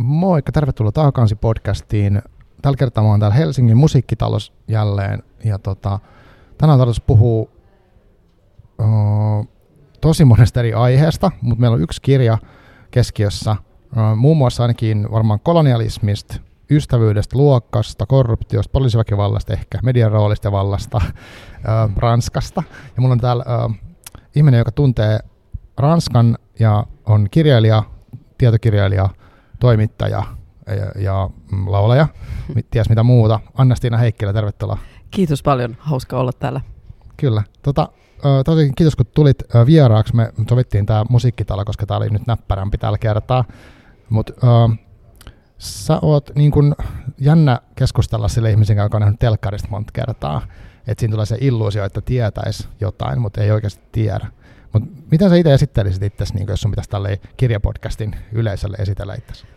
Moikka, tervetuloa Taakansi podcastiin. Tällä kertaa mä oon täällä Helsingin musiikkitalossa jälleen. Ja tänään on tarkoitus puhua tosi monesta eri aiheesta, mutta meillä on yksi kirja keskiössä. Muun muassa ainakin varmaan kolonialismista, ystävyydestä, luokkasta, korruptiosta, poliisiväkivallasta, ehkä median roolista ja vallasta, Ranskasta. Ja mulla on täällä ihminen, joka tuntee Ranskan ja on kirjailija, tietokirjailija, toimittaja ja laulaja, ties mitä muuta. Anna-Stiina Heikkilä, tervetuloa. Kiitos paljon, hauska olla täällä. Kyllä. Tosiaan kiitos kun tulit vieraaksi. Me sovittiin tää musiikkitalo, koska tää oli nyt näppärämpi tällä kertaa. Mut sä oot niin kun jännä keskustella sille ihmisen, joka on nähnyt telkkarista monta kertaa. Että siinä tulee se illuusio, että tietäisi jotain, mutta ei oikeasti tiedä. Mutta miten sä itse esittelisit itsesi, niin jos sun pitäisi tälleen kirjapodcastin yleisölle esitellä itsesi?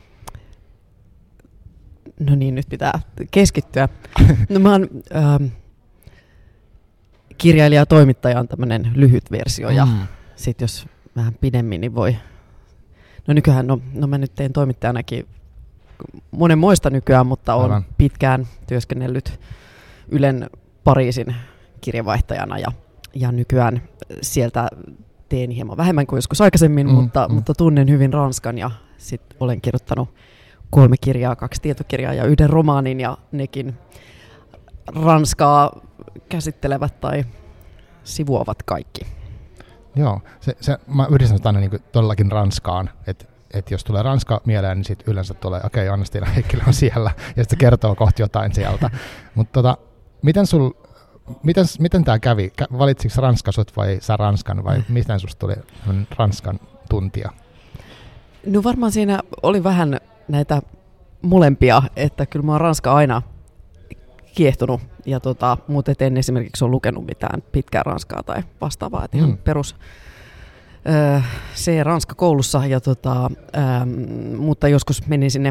No niin, nyt pitää keskittyä. No mä oon kirjailija ja toimittaja on tämmönen lyhyt versio ja sit jos vähän pidemmin, niin voi. No nykyään, no mä nyt teen toimittajanakin monenmoista nykyään, mutta olen pitkään työskennellyt Ylen Pariisin kirjavaihtajana ja nykyään sieltä teen hieman vähemmän kuin joskus aikaisemmin, mutta tunnen hyvin Ranskan ja sit olen kirjoittanut 3 kirjaa, 2 tietokirjaa ja 1 romaanin ja nekin Ranskaa käsittelevät tai sivuavat kaikki. Joo, mä yhdistän aina niin todellakin Ranskaan, että jos tulee Ranska mieleen, niin sitten yleensä tulee, okei, Anna-Stiina Heikkilä on siellä ja sitten se kertoo kohti jotain sieltä. Mutta miten tämä kävi? Valitsitko Ranska sut vai sä Ranskan vai miten susta tuli Ranskan tuntija? No varmaan siinä oli vähän näitä molempia, että kyllä mä oon Ranska aina kiehtonut, ja mutta en esimerkiksi ole lukenut mitään pitkää ranskaa tai vastaavaa, että ihan perus C-ranska koulussa, ja mutta joskus menin sinne,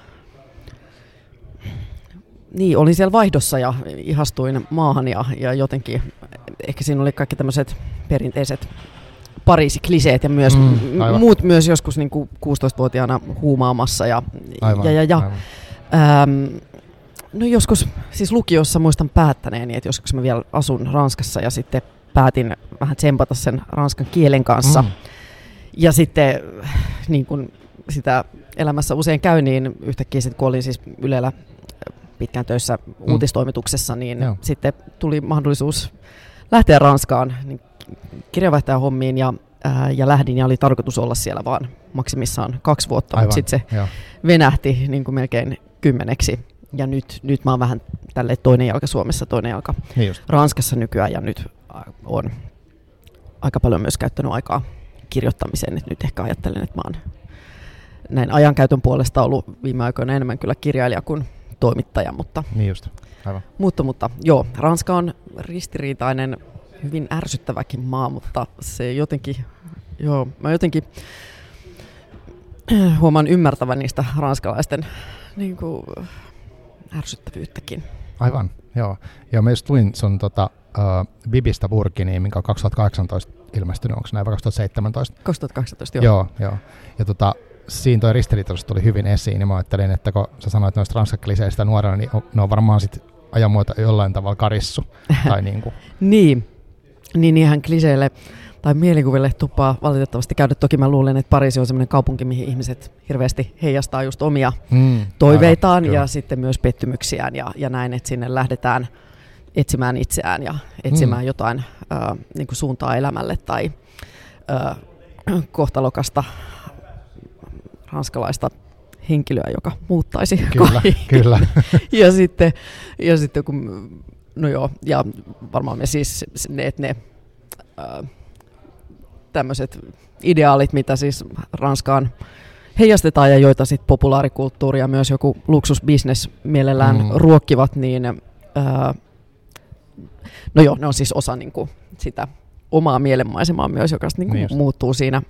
niin olin siellä vaihdossa ja ihastuin maahan ja jotenkin, ehkä siinä oli kaikki tämmöiset perinteiset Pariisi-kliseet ja myös muut myös joskus niin kuin 16-vuotiaana huumaamassa no joskus siis lukiossa muistan päättäneeni, että joskus mä vielä asun Ranskassa ja sitten päätin vähän tsempata sen ranskan kielen kanssa. Ja sitten niin kun sitä elämässä usein käy, niin yhtäkkiä sitten kun olin siis Ylellä pitkään töissä uutistoimituksessa, niin sitten tuli mahdollisuus lähteä Ranskaan niin kirjavaihtajan hommiin ja lähdin ja oli tarkoitus olla siellä vaan maksimissaan 2 vuotta, mutta sitten se venähti niin kuin melkein 10. Ja nyt mä oon vähän tälleen toinen jalka Suomessa, toinen jalka Ranskassa nykyään ja nyt on aika paljon myös käyttänyt aikaa kirjoittamiseen. Et nyt ehkä ajattelen, että mä oon näin ajankäytön puolesta ollut viime aikoina enemmän kyllä kirjailija kuin toimittaja, mutta, niin just. Aivan. mutta joo, Ranska on ristiriitainen, hyvin ärsyttäväkin maa, mutta se jotenkin, mä jotenkin huomaan ymmärtävän niistä ranskalaisten niin kuin ärsyttävyyttäkin. Aivan, joo. Ja mä just luin sun Bibistä Burginiin, minkä on 2018 ilmestynyt, onko se näin vai 2017? 2018, joo. Joo. Ja siinä toi ristiriitaisuus tuli hyvin esiin, ja mä ajattelin, että kun sä sanoit noista ranskakliseistä nuorena, niin ne on varmaan sit ajan muuta jollain tavalla karissu. Tai niinku. Niin ihan kliseille tai mielikuville tuppaa valitettavasti käydä. Toki mä luulen, että Pariisi on semmoinen kaupunki, mihin ihmiset hirveästi heijastaa just omia toiveitaan ja sitten myös pettymyksiään ja näin, että sinne lähdetään etsimään itseään ja etsimään jotain niin kuin suuntaa elämälle tai kohtalokasta ranskalaista henkilöä, joka muuttaisi Kyllä. ja sitten kun ja varmaan me siis ne tämmöiset ideaalit, mitä siis Ranskaan heijastetaan ja joita sitten populaarikulttuuri ja myös joku luksusbisnes mielellään ruokkivat, niin ne on siis osa niinku sitä omaa mielenmaisemaa myös, joka niinku muuttuu siinä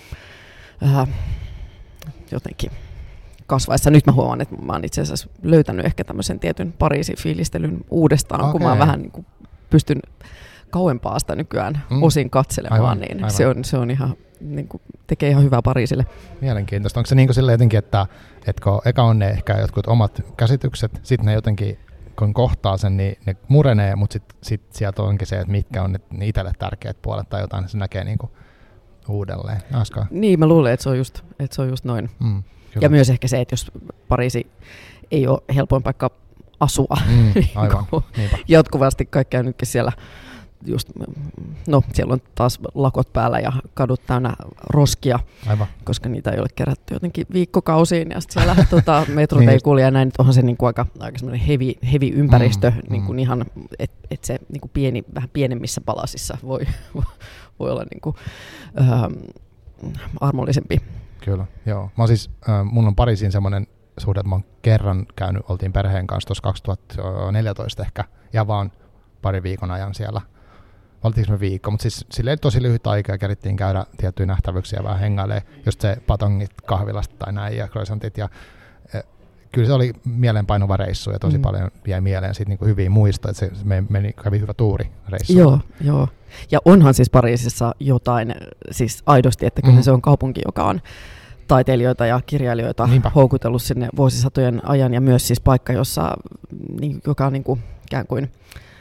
jotenkin kasvaessa. Nyt mä huomaan, että mä oon itse asiassa löytänyt ehkä tämmöisen tietyn Pariisi-fiilistelyn uudestaan, kun mä vähän niin kuin pystyn kauempaa sitä nykyään osin katselemaan, aivan. Se on ihan niin kuin tekee ihan hyvää Pariisille. Mielenkiintoista. Onko se niin kuin sille jotenkin, että kun eka on ne ehkä jotkut omat käsitykset, sitten ne jotenkin, kun kohtaa sen, niin ne murenee, mutta sitten sieltä onkin se, että mitkä on ne itselle tärkeät puolet tai jotain, se näkee niin kuin uudelleen. Askaa. Niin, mä luulen, että se on just noin. Ja myös ehkä se, että jos Pariisi ei ole helpoin paikka asua aivan. jatkuvasti, kaikkea nytkin siellä just, no siellä on taas lakot päällä ja kadut täynnä roskia, aivan. Koska niitä ei ole kerätty jotenkin viikkokausiin ja sitten siellä metrot ei kulje ja näin, onhan se niinku aika semmoinen heavy ympäristö, niinku ihan, että se niinku vähän pienemmissä palasissa voi olla niinku, armollisempi. Kyllä, joo. Mun on Pariisiin semmoinen suhde, että mä oon kerran oltiin perheen kanssa tuossa 2014 ehkä, ja vaan pari viikon ajan siellä. Oltiinko me viikko, mutta siis silleen tosi lyhyt aika ja kerittiin käydä tiettyjä nähtävyyksiä vähän hengailemaan, just se patongit kahvilasta tai näin ja croissantit. Ja kyllä se oli mieleenpainuva reissu ja tosi paljon jäi mieleen siitä niin kuin hyviä muistoja, että se kävi hyvä tuuri reissu. Joo. Ja onhan siis Pariisissa jotain, siis aidosti, että kyllä se on kaupunki, joka on taiteilijoita ja kirjailijoita houkutellut sinne vuosisatojen ajan ja myös siis paikka, joka on niin kuin ikään kuin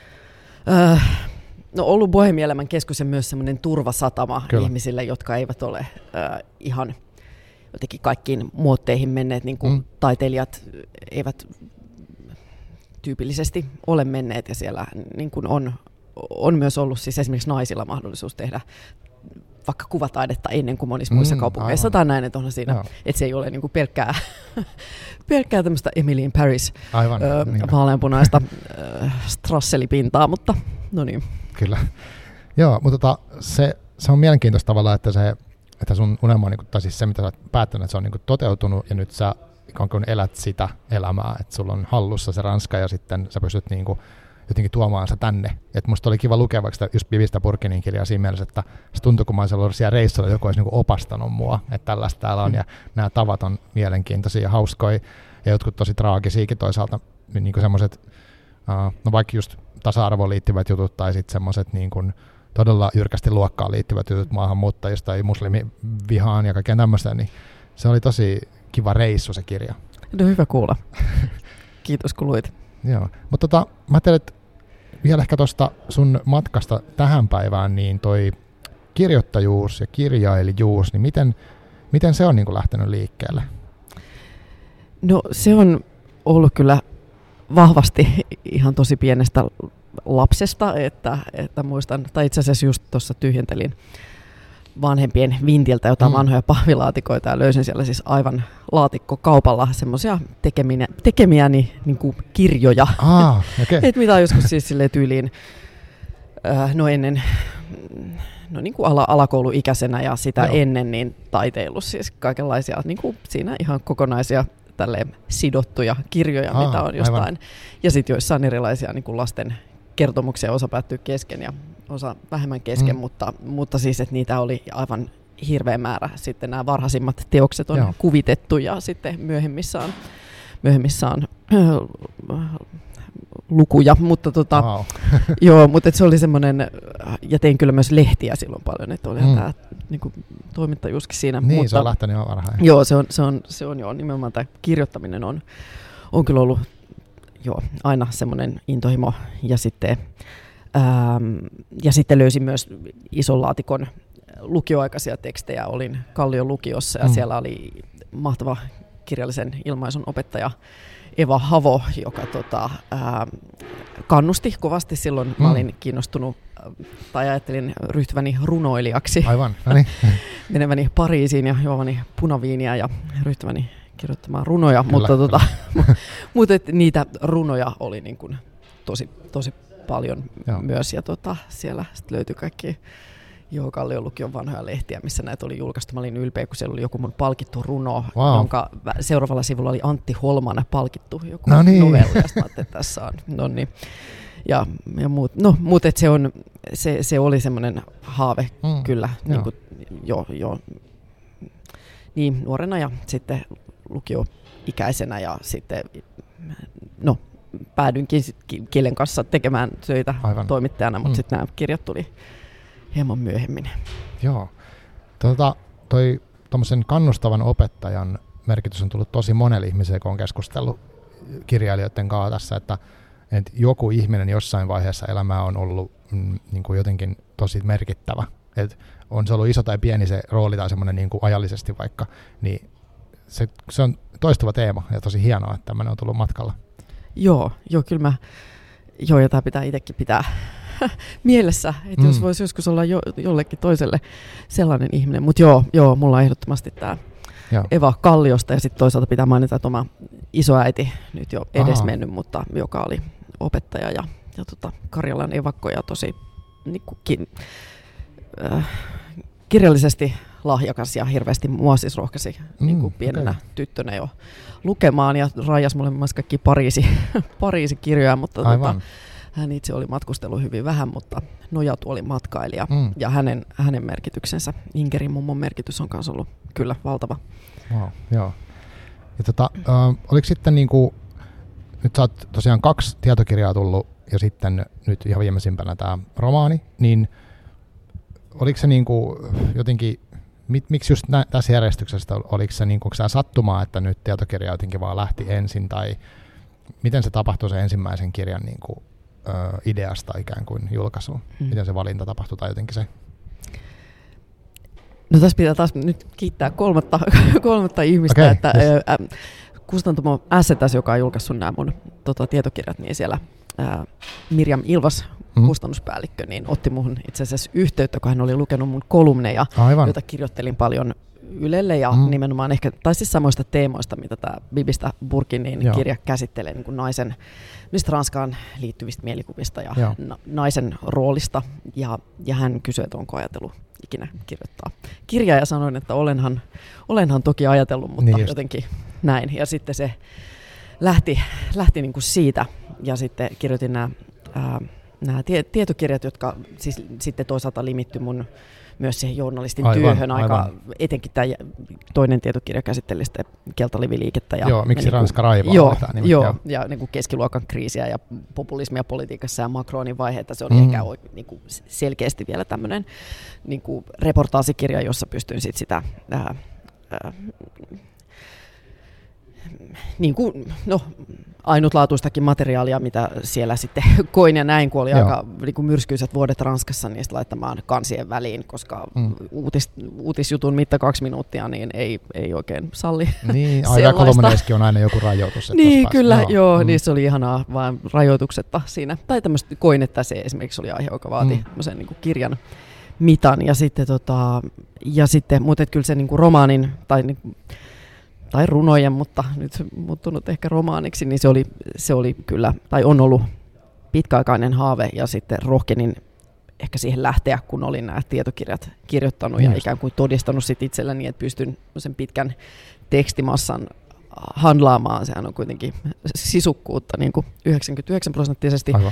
ollut bohemielämän keskus ja myös semmoinen turvasatama ihmisille, jotka eivät ole ihan jotenkin kaikkiin muotteihin menneet, niin kuin taiteilijat eivät tyypillisesti ole menneet ja siellä niin kuin on myös ollut siis esimerkiksi naisilla mahdollisuus tehdä vaikka kuvataidetta ennen kuin monissa muissa kaupungeissa tai näin, että onhan siinä, että se ei ole niinku pelkkää tämmöistä Emily in Paris vaaleanpunaista strasselipintaa, mutta no niin. Kyllä. Joo, mutta se on mielenkiintoista tavallaan, että sun unelma on, tai siis se mitä sä oot päättänyt, että se on niinku toteutunut ja nyt sä kun elät sitä elämää, että sulla on hallussa se Ranska ja sitten sä pystyt niinku jotenkin tuomaan se tänne. Et musta oli kiva lukea vaikka just Pivistä Purkinin kirjaa siinä mielessä, että se tuntui, kun mä olisin ollut siellä reissulla, joku olisi niinku opastanut mua, että tällaista täällä on, ja nämä tavat on mielenkiintoisia ja hauskoja, ja jotkut tosi traagisiakin toisaalta, niin semmoiset, no vaikka just tasa-arvoon liittyvät jutut, tai sitten semmoiset niin kuin todella jyrkästi luokkaan liittyvät jutut maahanmuuttajista tai muslimivihaan ja kaikkea tämmöistä, niin se oli tosi kiva reissu se kirja. No hyvä kuulla. Kiitos kun luit. Joo, mutta mä ajattelin, että vielä ehkä tuosta sun matkasta tähän päivään, niin toi kirjoittajuus ja kirjailijuus, niin miten se on niin kuin lähtenyt liikkeelle? No se on ollut kyllä vahvasti ihan tosi pienestä lapsesta, että muistan, tai itse asiassa just tuossa tyhjentelin vanhempien vintiltä jotain vanhoja pahvilaatikoita ja löysin siellä siis aivan laatikkokaupalla semmoisia tekemiäni niin kuin kirjoja. Okay. Et mitä on joskus siis silleen tyyliin ennen niin kuin alakouluikäisenä ja sitä ennen niin taiteillut siis kaikenlaisia niin kuin siinä ihan kokonaisia tälleen sidottuja kirjoja, mitä on jostain. Aivan. Ja sitten joissain erilaisia niin kuin lasten kertomuksia, osa päättyy kesken ja osa vähemmän kesken, mutta siis, että niitä oli aivan hirveä määrä. Sitten nämä varhaisimmat teokset on kuvitettu ja sitten myöhemmissä on lukuja, mutta mutta se oli semmoinen, ja tein kyllä myös lehtiä silloin paljon, että oli tämä niinku toimittajuuskin siinä. Niin, mutta, se on lähtenyt jo varhain. Joo, se on jo nimenomaan tämä kirjoittaminen on kyllä ollut aina semmoinen intohimo, ja sitten löysin myös ison laatikon lukioaikaisia tekstejä. Olin Kallion lukiossa ja siellä oli mahtava kirjallisen ilmaisun opettaja Eva Havo, joka kannusti kovasti silloin. Mä olin kiinnostunut tai ajattelin ryhtyväni runoilijaksi. Aivan, no niin. Meneväni Pariisiin ja juovani punaviiniä ja ryhtyväni kirjoittamaan runoja, mutta niitä runoja oli niin kuin tosi paljon myös, ja siellä löytyi kaikki Kallion lukion vanhoja lehtiä, missä näitä oli julkaistu. Mä olin ylpeä, kun siellä oli joku mun palkittu runo, jonka seuraavalla sivulla oli Antti Holman palkittu joku novelli, ja sitten että tässä on, ja muut. No, mutta se oli semmoinen haave kyllä, niin kuin, niin nuorena ja sitten lukioikäisenä, ja sitten päädyinkin kielen kanssa tekemään töitä toimittajana, mutta sitten nämä kirjat tuli hieman myöhemmin. Joo. Toi tommosen kannustavan opettajan merkitys on tullut tosi monelle ihmiselle, kun on keskustellut kirjailijoiden kanssa tässä, että joku ihminen jossain vaiheessa elämää on ollut niin kuin jotenkin tosi merkittävä. Et on se ollut iso tai pieni se rooli tai semmoinen niin kuin ajallisesti vaikka, niin se on toistuva teema ja tosi hienoa, että tämmöinen on tullut matkalla. Joo, kyllä ja tämä pitää itsekin pitää mielessä, että jos voisi joskus olla jollekin toiselle sellainen ihminen. Mutta joo, mulla on ehdottomasti tämä Eva Kalliosta ja sitten toisaalta pitää mainita, että oma isoäiti nyt jo edesmennyt, mutta joka oli opettaja ja Karjalan evakko ja tosi kirjallisesti lahjakas ja hirveästi mua siis rohkesi pienenä tyttönä jo lukemaan ja rajas mulle myös kaikki Pariisi-kirjoja, mutta hän itse oli matkustellut hyvin vähän, mutta nojatuoli matkailija ja hänen merkityksensä, Inkerin mummon merkitys on myös ollut kyllä valtava. Wow, joo. Ja oliko sitten nyt sä oot tosiaan 2 tietokirjaa tullut ja sitten nyt ihan viimeisimpänä tämä romaani, niin oliko se jotenkin, miksi just tässä järjestyksessä, oliko se onko se sattumaa, että nyt tietokirja jotenkin vaan lähti ensin, tai miten se tapahtui se ensimmäisen kirjan ideasta ikään kuin julkaisuun? Miten se valinta tapahtui tai jotenkin se? No tässä pitää taas nyt kiittää kolmatta ihmistä, okay, että Kustantamo Assetas, joka on julkaissut nämä mun tietokirjat, niin siellä Mirjam Ilvas, kustannuspäällikkö, niin otti muhun itse asiassa yhteyttä, kun hän oli lukenut mun kolumneja, joita kirjoittelin paljon Ylelle ja nimenomaan ehkä, tai siis samoista teemoista, mitä tämä Bibistä Burkinin kirja käsittelee, niin kuin naisen, niistä Ranskaan liittyvistä mielikuvista ja naisen roolista. Ja hän kysyi, että onko ajatellut ikinä kirjoittaa kirjaa ja sanoin, että olenhan toki ajatellut, mutta niin jotenkin näin. Ja sitten se lähti niin kuin siitä ja sitten kirjoitin nämä tietokirjat, jotka siis sitten toisaalta limitty mun myös siihen journalistin työhön aika, etenkin tämä toinen tietokirja käsitteli sitten keltaliviliikettä. Ja miksi Ranska raivaa? Joo, ja niin kuin keskiluokan kriisiä ja populismia politiikassa ja Macronin vaiheita. Se oli ehkä niin kuin selkeästi vielä tämmöinen niin kuin reportaasikirja, jossa pystyin sitten sitä niin kuin, ainutlaatuistakin materiaalia, mitä siellä sitten koin ja näin, kun oli aika niin kuin myrskyiset vuodet Ranskassa, niin laittamaan kansien väliin, koska uutisjutun mitta 2 minuuttia, niin ei oikein salli sellaista. Kolmoneskin on aina joku rajoitus. Niin, kyllä, niissä oli ihanaa vaan rajoituksetta siinä. Tai tämmöistä koin, että se esimerkiksi oli aihe, joka vaati niin kuin kirjan mitan. Ja sitten mutta kyllä se niin kuin romaanin, tai runojen, mutta nyt muuttunut ehkä romaaniksi, niin se oli kyllä, tai on ollut pitkäaikainen haave, ja sitten rohkenin ehkä siihen lähteä, kun olin nämä tietokirjat kirjoittanut ja ikään kuin todistanut sit itselläni, että pystyn sen pitkän tekstimassan handlaamaan. Sehän on kuitenkin sisukkuutta niin kuin 99%.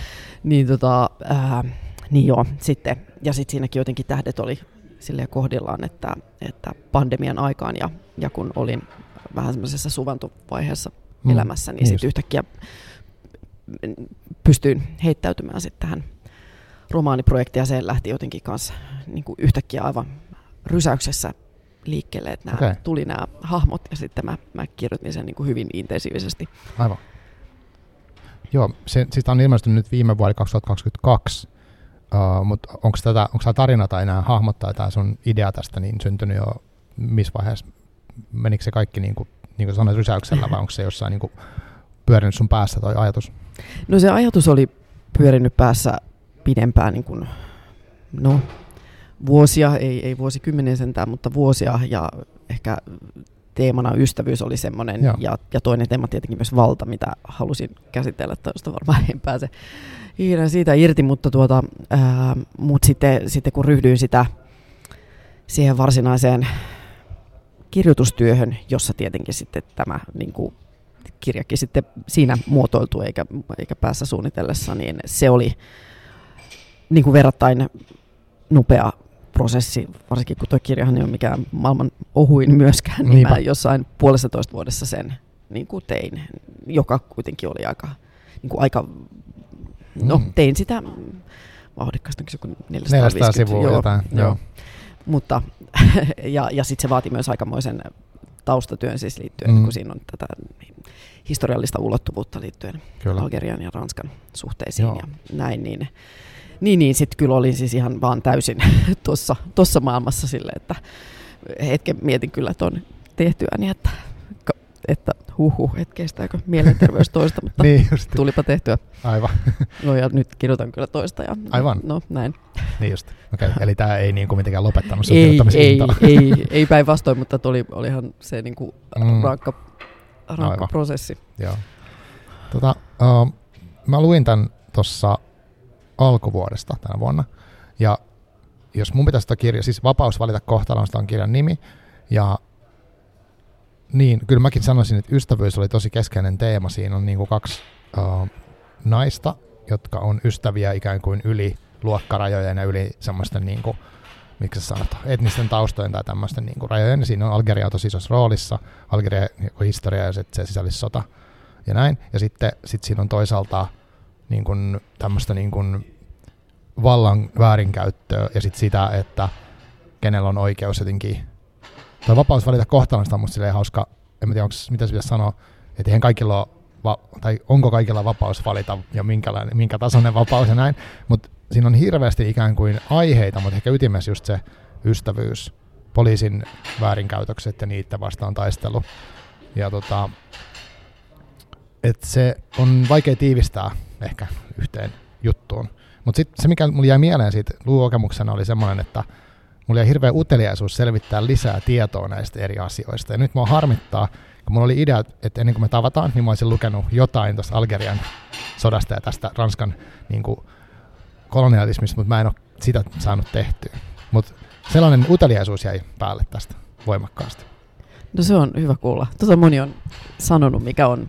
Niin joo, sitten. Ja sitten siinäkin jotenkin tähdet oli silleen kohdillaan, että pandemian aikaan ja kun olin vähän semmoisessa suvantovaiheessa elämässä, niin sitten yhtäkkiä pystyin heittäytymään sitten tähän romaaniprojektiin, ja se lähti jotenkin kanssa niin kuin yhtäkkiä aivan rysäyksessä liikkeelle, että tuli nämä hahmot, ja sitten mä kirjoitin sen niin kuin hyvin intensiivisesti. Aivan. Joo, sitä on ilmestynyt nyt viime vuonna 2022, mutta onko tämä tarina tai nämä hahmot tai tämä sun idea tästä niin syntynyt jo missä vaiheessa? Menikö se kaikki niin kuin sanoit rysäyksellä vai onko se jossain niin kuin pyörinyt sun päässä toi ajatus? No se ajatus oli pyörinyt päässä pidempään, niin kuin, vuosia, ei vuosikymmenen sentään, mutta vuosia, ja ehkä teemana ystävyys oli semmoinen, ja toinen teema tietenkin myös valta, mitä halusin käsitellä, josta varmaan en pääse siitä irti, mutta sitten kun ryhdyin siihen varsinaiseen kirjoitustyöhön, jossa tietenkin sitten tämä niin kuin kirjakin sitten siinä muotoiltu eikä päässä suunnitellessa, niin se oli niin kuin verrattain nopea prosessi, varsinkin kun tuo kirjahan ei ole mikään maailman ohuin myöskään, niin mä jossain 1,5 vuodessa sen niin kuin tein, joka kuitenkin oli aika tein sitä vauhdikkaasti, joku 400 sivua jotain. Joo. Mutta, ja sitten se vaati myös aikamoisen taustatyön siis liittyen, kun siinä on tätä historiallista ulottuvuutta liittyen kyllä. Algerian ja Ranskan suhteisiin ja näin, niin sitten kyllä olin siis ihan vaan täysin tuossa maailmassa silleen, että hetken mietin kyllä ton tehtyäni, että että kestääkö mielenterveys toista, mutta niin tulipa tehtyä. Aivan. No ja nyt kirjoitan kyllä toista. Ja aivan. No näin. Niin just. Okay. Eli tämä ei niin kuin mitenkään lopettanut sun kirjoittamisen intoa. Ei päinvastoin, mutta olihan se niin kuin rankka prosessi. Joo. Mä luin tämän tuossa alkuvuodesta tänä vuonna. Ja jos mun pitäisi sitä kirjaa, siis Vapaus valita kohtalonsa on kirjan nimi. Ja niin, kyllä mäkin sanoisin, että ystävyys oli tosi keskeinen teema. Siinä on niin kuin kaksi naista, jotka on ystäviä ikään kuin yli luokkarajojen ja yli semmoisten, niin kuin, miksi sä sanot, etnisten taustojen tai tämmöisten niin kuin rajojen. Ja siinä on Algeria tosi isossa roolissa, Algeria historia ja se sisällissota ja näin. Ja sitten siinä on toisaalta niin kuin tämmöistä niin kuin vallan väärinkäyttöä ja sitten sitä, että kenellä on oikeus jotenkin. Tuo vapaus valita kohtalonsa on musta silleen hauska, en tiedä, mitä se pitäisi sanoa, että eihän kaikilla ole, tai onko kaikilla vapaus valita ja minkä tasoinen vapaus ja näin, mutta siinä on hirveästi ikään kuin aiheita, mutta ehkä ytimessä just se ystävyys, poliisin väärinkäytökset ja niitä vastaan taistelu. Ja että se on vaikea tiivistää ehkä yhteen juttuun. Mutta sitten se, mikä mulle jäi mieleen siitä luukokemuksena, oli semmoinen, että mulla jäi hirveä uteliaisuus selvittää lisää tietoa näistä eri asioista. Ja nyt mua harmittaa, kun mulla oli idea, että ennen kuin me tavataan, niin mä olisin lukenut jotain tuosta Algerian sodasta ja tästä Ranskan niin kuin kolonialismista, mutta mä en ole sitä saanut tehtyä. Mutta sellainen uteliaisuus jäi päälle tästä voimakkaasti. No se on hyvä kuulla. Moni on sanonut, mikä on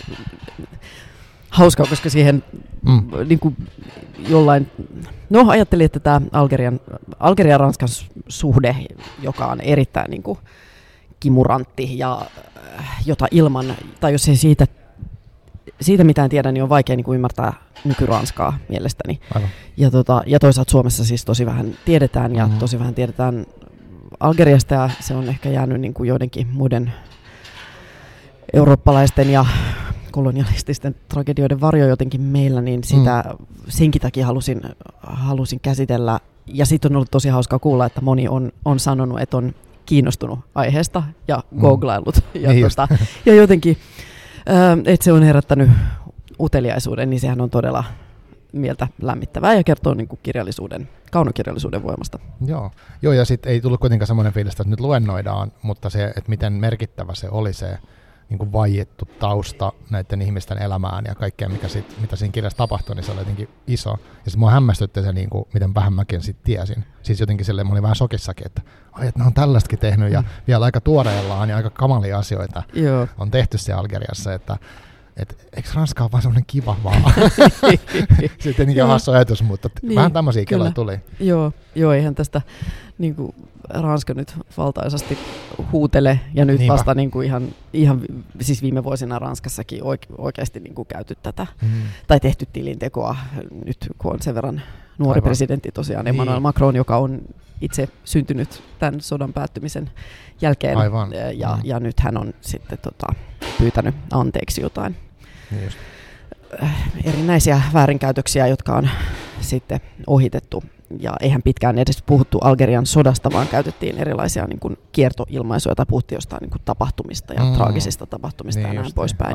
hauskaa, koska siihen niin kuin jollain. No ajattelin, että tämä Algerian-Ranskan suhde, joka on erittäin niin kuin kimurantti ja jota ilman, tai jos ei siitä mitään tiedä, niin on vaikea niin kuin ymmärtää nyky-Ranskaa mielestäni. Ja toisaalta Suomessa siis tosi vähän tiedetään ja tosi vähän tiedetään Algeriasta ja se on ehkä jäänyt niin kuin joidenkin muiden eurooppalaisten ja kolonialististen tragedioiden varjo jotenkin meillä, niin sitä senkin takia halusin käsitellä. Ja sitten on ollut tosi hauskaa kuulla, että moni on sanonut, että on kiinnostunut aiheesta ja googlaillut. Ja jotenkin, että se on herättänyt uteliaisuuden, niin sehän on todella mieltä lämmittävää ja kertoo niin kuin kaunokirjallisuuden voimasta. Joo, ja sitten ei tullut kuitenkaan semmoinen fiilis, että nyt luennoidaan, mutta se, että miten merkittävä se oli se niin kuin vaiettu tausta näiden ihmisten elämään ja kaikkea, mitä siinä kirjassa tapahtui, niin se oli jotenkin iso. Ja sitten mua hämmästytti se, niin kuin, miten vähän mäkin sitten tiesin. Siis jotenkin silleen, mä olin vähän shokissakin, että ne on tällaistakin tehnyt ja vielä aika tuoreellaan ja aika kamalia asioita on tehty siellä Algeriassa, että eikö Ranska ole vaan semmoinen kiva maa? Sitten tietenkin on hassu ajatus, mutta niin, vähän tämmöisiä kelloja tuli. Joo, eihän tästä niin kuin Ranska nyt valtaisasti huutele, ja nyt vasta niin kuin ihan siis viime vuosina Ranskassakin oikeasti niin kuin käyty tätä, tai tehty tilintekoa, nyt kun on sen verran nuori presidentti tosiaan, Emmanuel Macron, joka on itse syntynyt tämän sodan päättymisen jälkeen, ja nyt hän on sitten pyytänyt anteeksi jotain erinäisiä väärinkäytöksiä, jotka on sitten ohitettu. Ja eihän pitkään edes puhuttu Algerian sodasta, vaan käytettiin erilaisia niin kuin kiertoilmaisuja tai puhuttiin jostain niin kuin tapahtumista ja traagisista tapahtumista ja näin poispäin.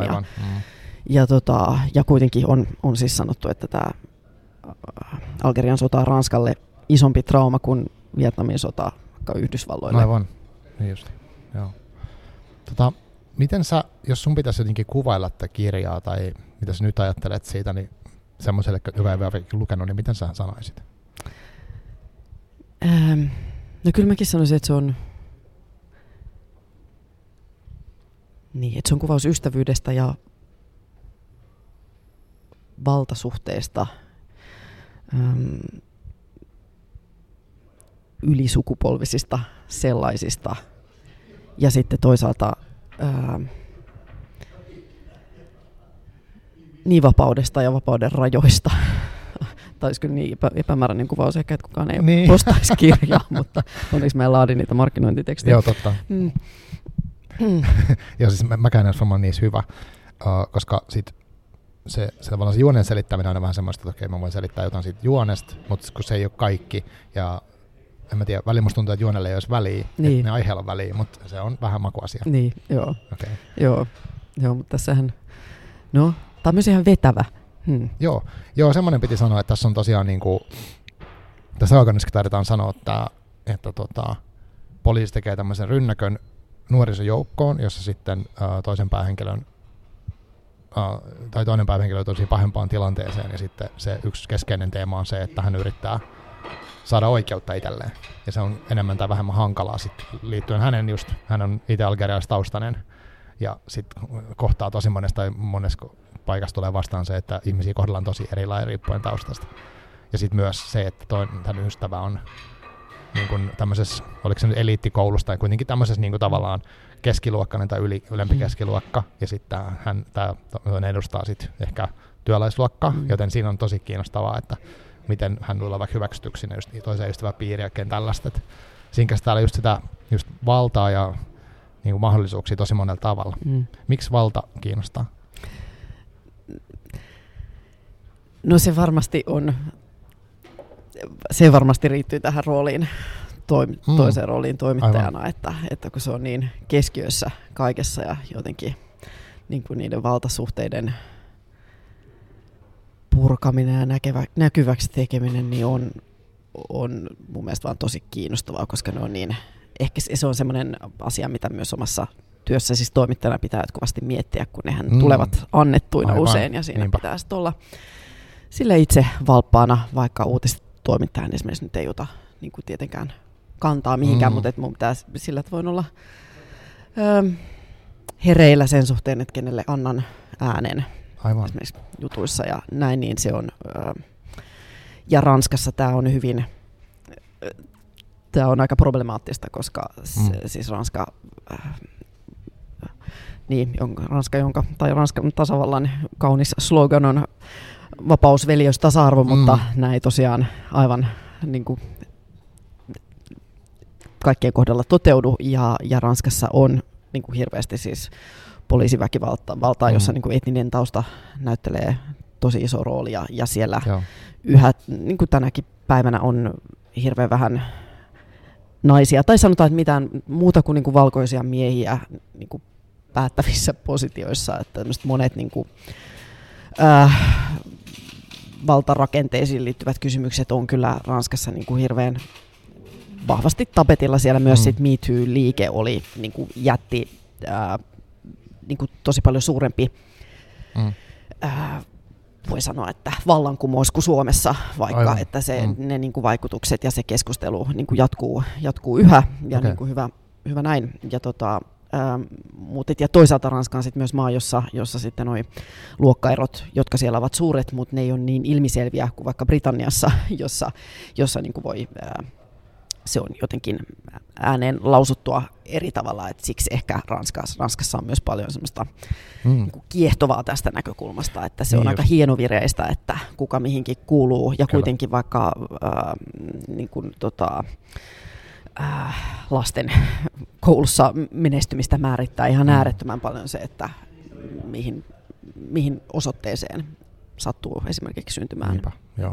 Ja kuitenkin on siis sanottu, että tämä Algerian sota on Ranskalle isompi trauma kuin Vietnamin sota Yhdysvalloille. Aivan, niin just. Joo. Miten sä, jos sun pitäisi jotenkin kuvailla tätä kirjaa tai mitä sä nyt ajattelet siitä, niin semmoiselle, joka ei vielä lukenut, niin miten sä sanoisit? No kyllä mäkin sanoisin, että se on kuvaus ystävyydestä ja valtasuhteesta, ylisukupolvisista sellaisista ja sitten toisaalta niin vapaudesta ja vapauden rajoista taisi kyllä niin epämääräinen kuvaus ehkä, että kukaan ei ostaisi kirjaa, mutta onneksi mä laadin niitä markkinointitekstejä. Joo, totta. Ja siis mäkään en ole niin hyvä, koska se tavallaan se juonen selittäminen on aina vähän semmoista, että okei, mä voin selittää jotain siitä juonesta, mutta kun se ei ole kaikki, ja en mä tiedä, välillä musta tuntuu, että juonelle ei olisi väliä, niin. Että ne aiheella on väliä, mutta se on vähän makuasia. Niin, joo. Okay. Joo, mutta tässähän, no, tämä on myös ihan vetävä. Joo, semmoinen piti sanoa, että tässä on tosiaan niinku, tässä Auganissakin taidetaan sanoa, että poliisi tekee tämmöisen rynnäkön nuorisojoukkoon, jossa sitten toinen päähenkilö on tosi pahempaan tilanteeseen, ja sitten se yksi keskeinen teema on se, että hän yrittää saada oikeutta itselleen. Ja se on enemmän tai vähemmän hankalaa sitten liittyen hän on itse algerialaistaustainen, ja sitten kohtaa tosi monessa paikassa tulee vastaan se, että ihmisiä kohdellaan tosi eri lailla riippuen taustasta. Ja sitten myös se, että tämän ystävä on niin kuin tämmöisessä, oliko se nyt eliittikoulussa tai kuitenkin tämmöisessä niin kuin tavallaan keskiluokkainen tai ylempi keskiluokka, ja sitten tämä edustaa sitten ehkä työläisluokkaa, joten siinä on tosi kiinnostavaa, että miten hän tulee vaikka hyväksytyksi sinne just toiseen ystäväpiiriin ja kaikkeen tällaista. Siinä täällä just sitä just valtaa ja niin kuin mahdollisuuksia tosi monella tavalla. Miksi valta kiinnostaa? No se varmasti riittyy tähän rooliin, toiseen rooliin toimittajana, että kun se on niin keskiössä kaikessa ja jotenkin niin kuin niiden valtasuhteiden purkaminen ja näkyväksi tekeminen niin on mun mielestä vaan tosi kiinnostavaa, koska ne on niin, ehkä se on semmoinen asia, mitä myös omassa työssä siis toimittajana pitää jatkuvasti miettiä, kun nehän tulevat annettuina usein, ja siinä pitää sitten olla sille itse valppaana, vaikka uutistoimittajan esimerkiksi nyt ei ota niin kuin tietenkään kantaa mihinkään, mutta mun pitää sillä, että voin olla hereillä sen suhteen, että kenelle annan äänen. Aivan. Esimerkiksi jutuissa ja näin, niin se on, ja Ranskassa tämä on tämä on aika problemaattista, koska siis Ranskan tasavallan kaunis slogan on vapaus, veljeys, tasa-arvo, mutta näin ei tosiaan aivan niin kuin kaikkien kohdalla toteudu, ja Ranskassa on niin kuin hirveästi siis poliisiväkivaltaa, jossa niin kuin etninen tausta näyttelee tosi iso roolia, ja siellä yhä niin kuin tänäkin päivänä on hirveän vähän naisia, tai sanotaan, että mitään muuta kuin, niinku valkoisia miehiä niinku päättävissä positioissa, että monet niinku, valtarakenteisiin liittyvät kysymykset on kyllä Ranskassa niinku hirveän vahvasti tapetilla. Siellä myös sit Me Too-liike oli niinku jätti niinku tosi paljon suurempi, voi sanoa, että vallankumous kuin Suomessa, vaikka aivan. Että ne niin kuin vaikutukset ja se keskustelu niin kuin jatkuu yhä, ja niin kuin hyvä näin. Ja toisaalta Ranska on sitten myös maa, jossa sitten nuo luokkaerot, jotka siellä ovat suuret, mutta ne ei ole niin ilmiselviä kuin vaikka Britanniassa, jossa niin kuin voi, se on jotenkin ääneen lausuttua eri tavalla, että siksi ehkä Ranskassa on myös paljon semmoista niin kuin kiehtovaa tästä näkökulmasta, että se on aika hienovireistä, että kuka mihinkin kuuluu, ja kuitenkin vaikka niin kuin, lasten koulussa menestymistä määrittää ihan äärettömän paljon se, että mihin osoitteeseen sattuu esimerkiksi syntymään. Niinpä,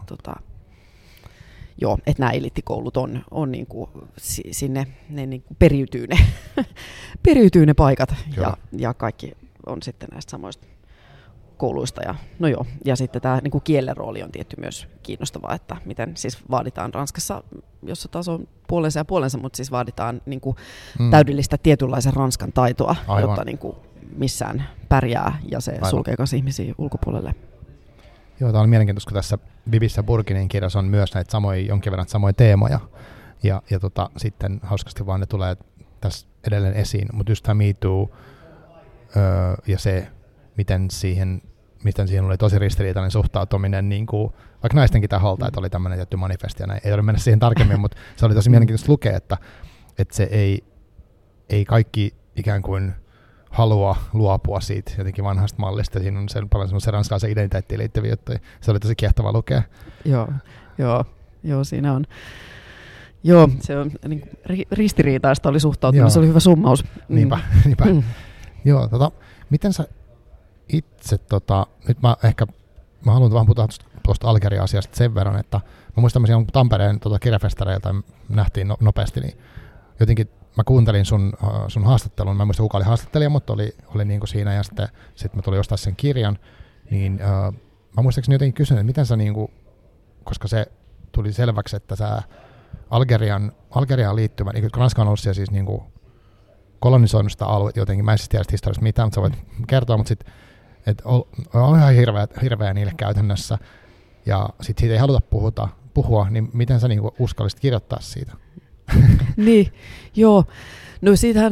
että nämä eliittikoulut on niinku, sinne ne niinku periytyy ne paikat, ja kaikki on sitten näistä samoista kouluista. Ja sitten tämä niinku kielen rooli on tietty myös kiinnostavaa, että miten siis vaaditaan Ranskassa, jossa taas on puolensa ja puolensa, mutta siis vaaditaan niinku täydellistä tietynlaisen ranskan taitoa, jotta niinku missään pärjää, ja se sulkee myös ihmisiä ulkopuolelle. Joo, tämä on mielenkiintoista, kun tässä Bibissä Burkinin kirjassa on myös näitä jonkin verran samoja teemoja, ja sitten hauskasti vaan ne tulee tässä edelleen esiin, mutta just tämä Me Too ja se, miten siihen oli tosi ristiriitainen suhtautuminen, niin kuin, vaikka naistenkin taholta, että oli tämmöinen tietty manifesti, ja näin, ei ole mennä siihen tarkemmin, mutta se oli tosi mielenkiintoista lukea, että se ei kaikki ikään kuin halua luopua siitä jotenkin vanhasta mallista. Siinä on paljon semmoisia ranskalaisen identiteettiin liittyviä juttuja. Se oli tosi kiehtova lukea. Joo, siinä on. Joo, se on niin ristiriitaista oli suhtautuminen, se oli hyvä summaus. Niinpä. Joo, miten sä itse, nyt mä haluan vähän puhua tuosta Algeria-asiasta sen verran, että mä muistan, että Tampereen kirjafestareilta nähtiin nopeasti, niin jotenkin mä kuuntelin sun haastattelun, mä en muista kuka oli haastattelija, mutta oli niin kuin siinä, ja sitten mä tulin ostaa sen kirjan, niin mä muistaakseni jotenkin kysyn, että miten sä, niin kuin, koska se tuli selväksi, että sä Algeriaan liittyvän, niin Ranska on ollut siellä siis niin kuin kolonisoinut sitä alueet jotenkin, mä en siis tiedä historiasta mitään, mutta sä voit kertoa, mutta sitten että on ihan hirveä niille käytännössä, ja sitten siitä ei haluta puhua, niin miten sä niinku uskallisit kirjoittaa siitä? Niin, joo. No siitä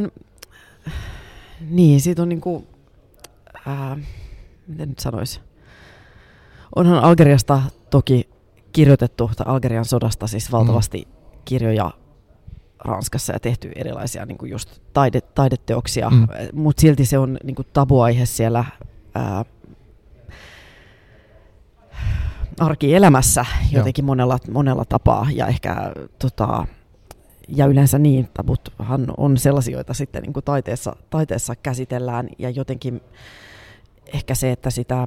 on niinku, miten nyt sanoisi, onhan Algeriasta toki kirjoitettu, Algerian sodasta siis valtavasti kirjoja Ranskassa ja tehty erilaisia niinku just taideteoksia, mutta silti se on niinku tabuaihe siellä arkielämässä jotenkin monella tapaa, ja ehkä ja yleensä niin tabuthan on sellaisia, joita sitten niin kuin taiteessa käsitellään, ja jotenkin ehkä se, että sitä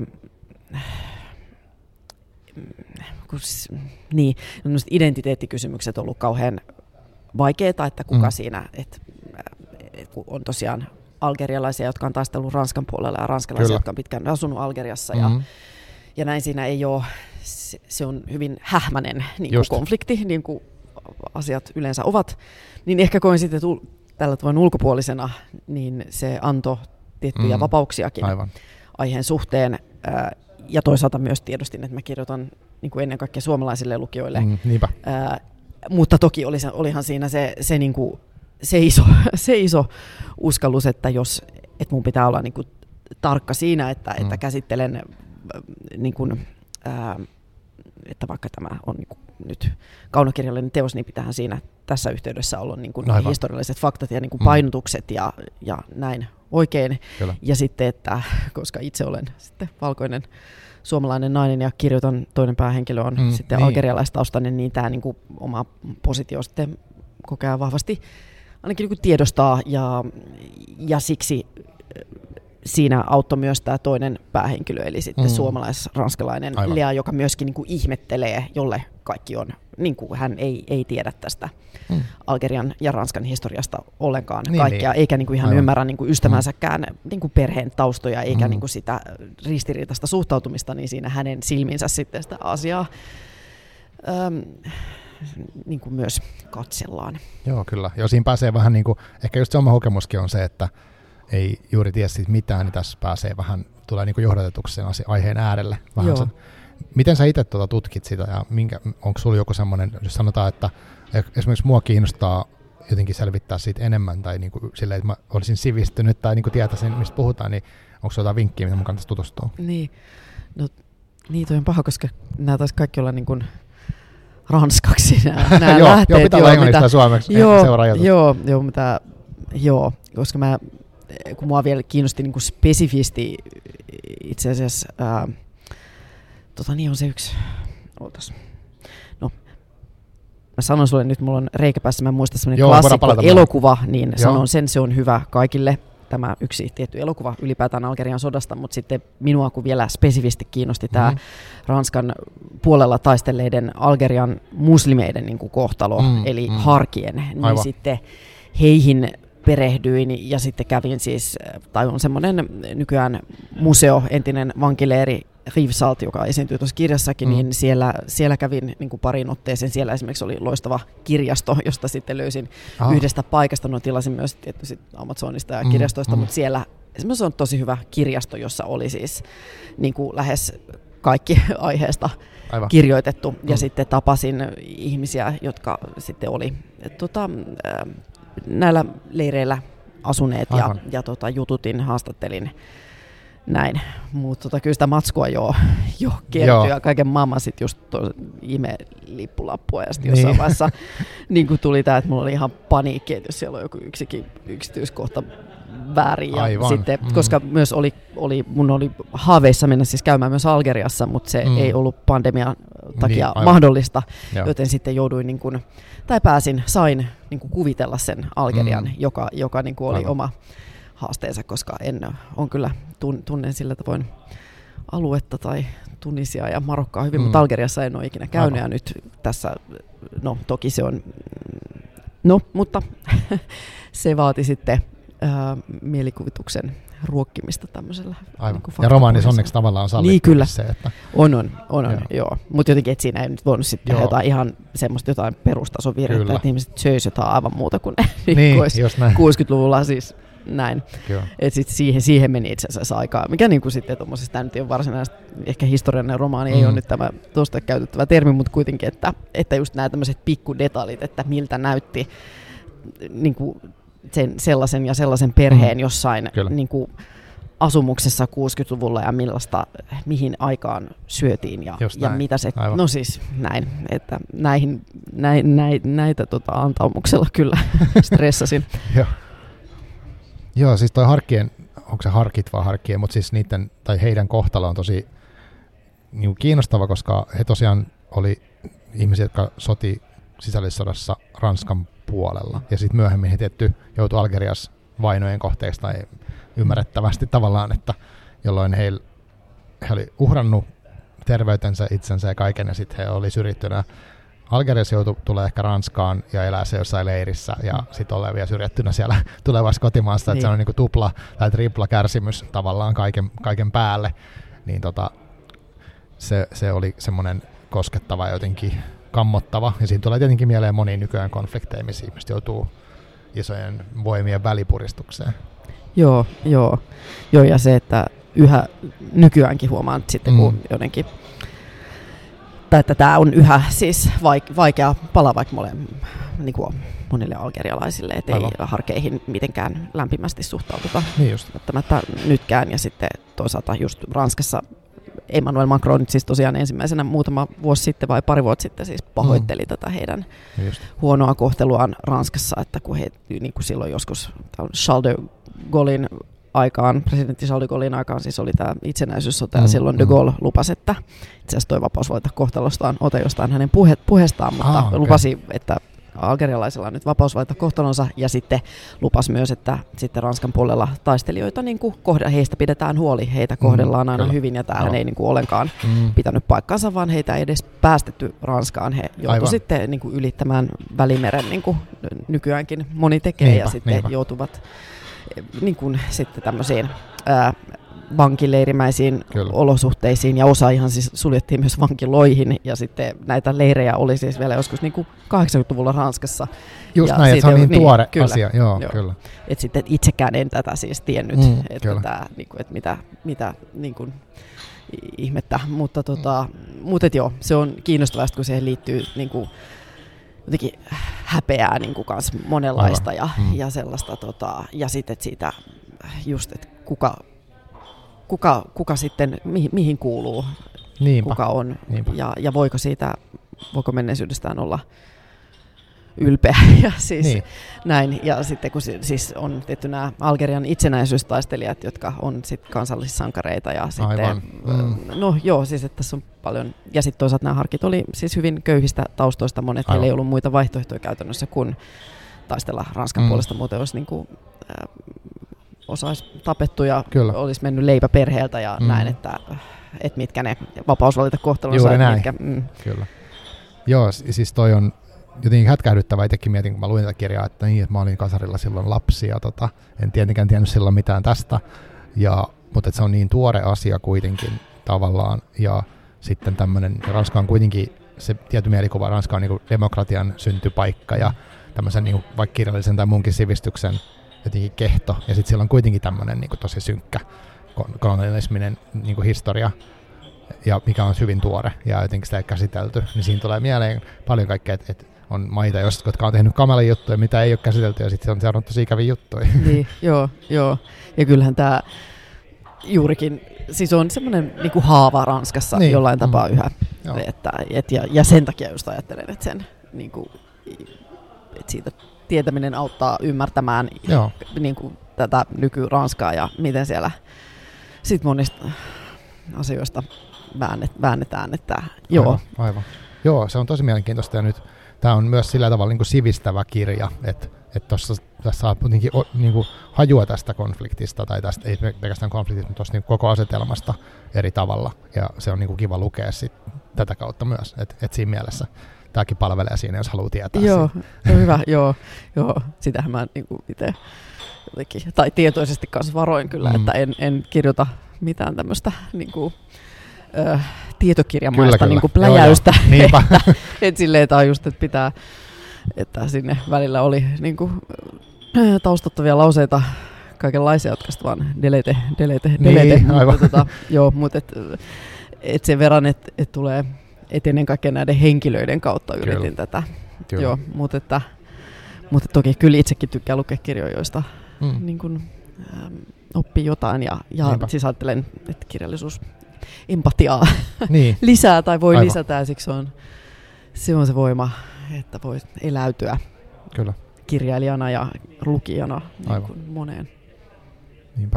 identiteettikysymykset on ollut kauhean vaikeita, että kuka siinä, että on tosiaan algerialaisia, jotka on taistellut Ranskan puolella, ja ranskalaisia, jotka on pitkään asunut Algeriassa, ja näin siinä ei ole, se on hyvin hähmäinen niin kuin konflikti, niin kuin asiat yleensä ovat, niin ehkä koin sitten tällä tavoin ulkopuolisena, niin se antoi tiettyjä vapauksiakin aiheen suhteen, ja toisaalta myös tiedostin, että mä kirjoitan niin kuin ennen kaikkea suomalaisille lukijoille, mutta toki olihan siinä se niin kuin se iso uskallus, että mun pitää olla niin kuin tarkka siinä, että käsittelen, niin kuin, että vaikka tämä on niin kuin nyt kaunokirjallinen teos, niin pitäähän siinä tässä yhteydessä olla niin kuin historialliset faktat ja niin kuin painotukset ja näin oikein. Kyllä. Ja sitten, että koska itse olen sitten valkoinen suomalainen nainen ja kirjoitan, toinen päähenkilö on sitten algerialaistaustainen, niin tämä niin kuin oma positio sitten kokee vahvasti ainakin niin tiedostaa, ja siksi siinä auttoi myös tämä toinen päähenkilö, eli sitten suomalais-ranskalainen Lea, joka myöskin niin kuin ihmettelee, jolle kaikki on, niin kuin hän ei tiedä tästä Algerian ja Ranskan historiasta ollenkaan kaikkea, eikä niin kuin ihan ymmärrä niin kuin ystävänsäkään niin kuin perheen taustoja, eikä niin kuin sitä ristiriitaista suhtautumista, niin siinä hänen silminsä sitten sitä asiaa niin kuin myös katsellaan. Joo, kyllä. Joo, siinä pääsee vähän niin kuin, ehkä just se oma kokemuskin on se, että ei juuri tiedä siitä mitään, niin tässä pääsee vähän, tulee niin kuin johdatetuksi sen aiheen äärelle. Vähän sen. Miten sä itse tutkit sitä, ja onko sulla joku semmoinen, jos sanotaan, että esimerkiksi mua kiinnostaa jotenkin selvittää siitä enemmän, tai niin kuin silleen, että mä olisin sivistynyt tai niin kuin tietäisin, mistä puhutaan, niin onko sulla jotain vinkkiä, mitä mun kannattaisi tutustua? Niin, no niin toi on paha, koska nämä taisi kaikki olla niin kuin ranskaksi nämä lähteet. Joo, pitää olla englannista ja suomeksi. Joo, koska kun mua vielä kiinnosti niin kuin spesifisti itse asiassa, niin on se yksi, no, mä sanon sulle nyt, mulla on reikä päässä, mä en muista semmoinen klassikko-elokuva, niin sanon sen, se on hyvä kaikille, tämä yksi tietty elokuva ylipäätään Algerian sodasta, mutta sitten minua kun vielä spesifisti kiinnosti tämä Ranskan puolella taistelleiden Algerian muslimeiden niin kuin kohtalo, eli harkien, niin sitten heihin perehdyin, ja sitten kävin siis, tai on semmoinen nykyään museo, entinen vankileiri Rivesalt, joka esiintyy tuossa kirjassakin, niin siellä kävin niin kuin pariin otteeseen. Siellä esimerkiksi oli loistava kirjasto, josta sitten löysin yhdestä paikasta. No tilasin myös tietysti Amazonista ja kirjastoista, mutta siellä esimerkiksi on tosi hyvä kirjasto, jossa oli siis niin kuin lähes kaikki aiheesta kirjoitettu. Ja sitten tapasin ihmisiä, jotka sitten oli näillä leireillä asuneet ja jututin, haastattelin näin. Mutta kyllä sitä matskua jo kertyi ja kaiken maailman sitten just lippulappua ja sitten jossain vaiheessa niin tuli tämä, että mulla oli ihan paniikki, että jos siellä on joku yksikin yksityiskohta väärin. Ja Aivan. sitten, koska myös mun oli haaveissa mennä siis käymään myös Algeriassa, mutta se ei ollut pandemian takia mahdollista, joten sitten jouduin sain kuvitella sen Algerian, joka oli oma haasteensa, koska on kyllä tunnen sillä tavoin aluetta tai Tunisia ja Marokkaa hyvin, mutta Algeriassa en ole ikinä käynyt ja nyt tässä, toki se on, mutta se vaati sitten mielikuvituksen ruokkimista tämmöisellä. Aivan. Ja romaanissa onneksi tavallaan sallittu niin, kyllä. se, että... On, joo. Mutta jotenkin, että siinä ei nyt voinut sitten tehdä jotain jotain perustason virhettä, että ihmiset söisi jotain aivan muuta kuin ne niin, 60-luvulla siis näin. Että sitten siihen meni itse asiassa aikaa, mikä niinku sitten tuommoisesta, tämä nyt ei ole varsinaisesti, ehkä historiallinen romaani ei ole nyt tämä tuosta käytettävä termi, mutta kuitenkin, että just nämä tämmöiset pikkudetaljit, että miltä näytti niinku sellaisen ja sellaisen perheen jossain niinku asumuksessa 60-luvulla ja mihin aikaan syötiin ja mitä se, no siis näin, että näitä antaumuksella kyllä stressasin. Joo, siis toi Harkkien, onko se Harkit vai Harkkien, mutta siis niiden tai heidän kohtalo on tosi niin kiinnostava, koska he tosiaan oli ihmisiä, jotka soti sisällissodassa Ranskan puolella. Ja sitten myöhemmin he tietty joutui Algeriassa vainojen kohteeksi tai ymmärrettävästi tavallaan, että jolloin he oli uhrannut terveytensä, itsensä ja kaiken, ja sitten he oli syrjittynä. Algeriassa tulee ehkä Ranskaan ja elää se jossain leirissä ja sitten ollaan vielä syrjättynä siellä tulevassa kotimaassa, että se on niinku tupla tai tripla kärsimys tavallaan kaiken päälle. Niin se oli semmoinen koskettava ja jotenkin kammottava. Ja siinä tulee tietenkin mieleen moniin nykyään konflikteja, missä ihmiset joutuu isojen voimien välipuristukseen. Joo, ja se, että yhä nykyäänkin huomaan sitten, kun jotenkin, että tämä on yhä siis vaikea pala vaikka monille algerialaisille, ettei Harkeihin mitenkään lämpimästi suhtauduta välttämättä nytkään. Ja sitten toisaalta just Ranskassa Emmanuel Macron nyt siis tosiaan ensimmäisenä muutama vuosi sitten vai pari vuotta sitten siis pahoitteli tätä heidän huonoa kohteluaan Ranskassa, että kun he niin kuin silloin joskus Charles de Gaullen aikaan, presidentti Charles de Gaullen aikaan siis oli tämä itsenäisyyssota ja silloin de Gaulle lupasi, että itse asiassa toi vapaus valita kohtalostaan ote jostain hänen puheestaan, mutta lupasi, että algerialaisilla on nyt vapaus valita kohtalonsa ja sitten lupasi myös, että sitten Ranskan puolella taistelijoita niin kuin heistä pidetään huoli, heitä kohdellaan aina hyvin ja tämähän ei niin kuin ollenkaan pitänyt paikkansa, vaan heitä ei edes päästetty Ranskaan. He joutuivat sitten niin kuin ylittämään Välimeren, niin kuin nykyäänkin moni tekee ja sitten joutuvat niin kuin sitten tämmöisiin vankileirimäisiin olosuhteisiin ja osa ihan siis suljettiin myös vankiloihin ja sitten näitä leirejä oli siis vielä joskus niin kuin 80-luvulla Ranskassa. Just ja näin, että se on niin tuore asia. Joo. Kyllä. Et sitten itsekään en tätä siis tiennyt, että niinku, et mitä niinku, ihmettä, mutta joo, se on kiinnostavaa, kun siihen liittyy niinku, jotenkin häpeää niinku kans monenlaista ja sellaista ja sitten siitä just, että kuka sitten, mihin kuuluu, kuka on ja voiko menneisyydestään olla ylpeä ja siis näin. Ja sitten kun siis on tietty nämä Algerian itsenäisyystaistelijat, jotka on sitten kansallissankareita ja sitten, siis että tässä on paljon. Ja sitten toisaalta nämä Harkit oli siis hyvin köyhistä taustoista, monet heillä ei ollut muita vaihtoehtoja käytännössä kuin taistella Ranskan puolesta, muuten olisi niin kuin, olisi tapettu ja olisi mennyt leipä perheeltä ja näin, että mitkä ne vapausvalita kohtalonsa. Juuri näin, kyllä. Joo, siis toi on jotenkin hätkähdyttävää. Itsekin mietin, kun mä luin tätä kirjaa, että mä olin kasarilla silloin lapsi ja en tietenkään tiennyt silloin mitään tästä. Mutta se on niin tuore asia kuitenkin tavallaan. Ja sitten tämmöinen, Ranska on kuitenkin se tietty mielikuva, Ranska on niin kuin demokratian syntypaikka ja tämmöisen niin kuin vaikka kirjallisen tai munkin sivistyksen jotenkin kehto. Ja sitten siellä on kuitenkin tämmöinen niin kuin tosi synkkä kolonialisminen niin kuin historia, ja mikä on hyvin tuore ja jotenkin sitä ei käsitelty. Niin siinä tulee mieleen paljon kaikkea, että on maita, jotka on tehnyt kamelin juttuja, mitä ei ole käsitelty, ja sitten on seurannut tosi ikäviä juttuja. Niin, joo. Ja kyllähän tämä juurikin, siis on semmoinen niinku haava Ranskassa jollain tapaa yhä. Ja sen takia just ajattelen, että sen niinku, että siitä tietäminen auttaa ymmärtämään niinku tätä nyky-Ranskaa ja miten siellä sit monista asioista väännetään. Että, joo. Aivan. Joo, se on tosi mielenkiintoista ja nyt tämä on myös sillä tavalla niin kuin sivistävä kirja, että tässä saa niin kuin hajua tästä konfliktista, tai tästä ei pelkästään konfliktista, mutta tuosta niin koko asetelmasta eri tavalla, ja se on niin kuin kiva lukea sit tätä kautta myös, että siinä mielessä tämäkin palvelee siinä, jos haluaa tietää. Joo, no hyvä, joo, sitähän mä niin kuin itse jotenkin, tai tietoisesti kanssa varoin kyllä, että en kirjoita mitään tämmöistä niin kuin, tietokirjamaista niin kuin pläjäystä, että silleen tämä on just, että pitää, että sinne välillä oli niin kuin, taustattavia lauseita kaikenlaisia, jotka sitten vaan delete. Niin, mutta et sen verran, että tulee ennen kaikkea näiden henkilöiden kautta yritin tätä. Kyllä. Joo, mutta toki kyllä itsekin tykkään lukea kirjoja, joista niin kuin, oppii jotain ja siis ajattelen, että kirjallisuus empatiaa lisää tai voi lisätä ja siksi se on se voima, että voi eläytyä kyllä kirjailijana ja lukijana niin moneen. Niinpä.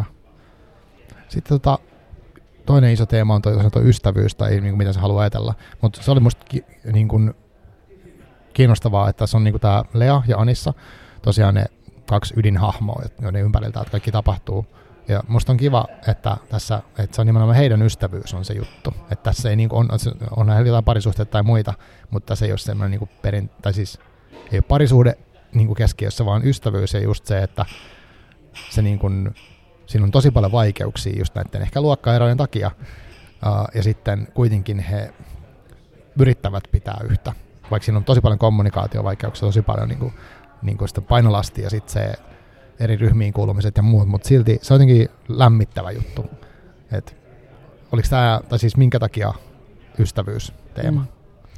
Sitten toinen iso teema on tuo ystävyys tai niin mitä se haluaa ajatella, mutta se oli musta niin kuin kiinnostavaa, että tässä on niin tämä Lea ja Anissa tosiaan ne kaksi ydinhahmoa, joiden ympäriltä että kaikki tapahtuu. Ja musta on kiva, että tässä että se on nimenomaan heidän ystävyys on se juttu. Että tässä ei niin kuin on jotain parisuhteita tai muita, mutta tässä ei ole semmoinen niin tai siis ei ole parisuhde niin kuin keskiössä, vaan ystävyys ja just se, että se niin kuin, siinä on tosi paljon vaikeuksia just näiden ehkä luokkaerojen takia. Ja sitten kuitenkin he yrittävät pitää yhtä. Vaikka siinä on tosi paljon kommunikaatiovaikeuksia, tosi paljon niin kuin sitä painolastia ja sitten se eri ryhmiin kuulumiset ja muut, mutta silti se on jotenkin lämmittävä juttu. Et, oliko tämä, tai siis minkä takia ystävyysteema?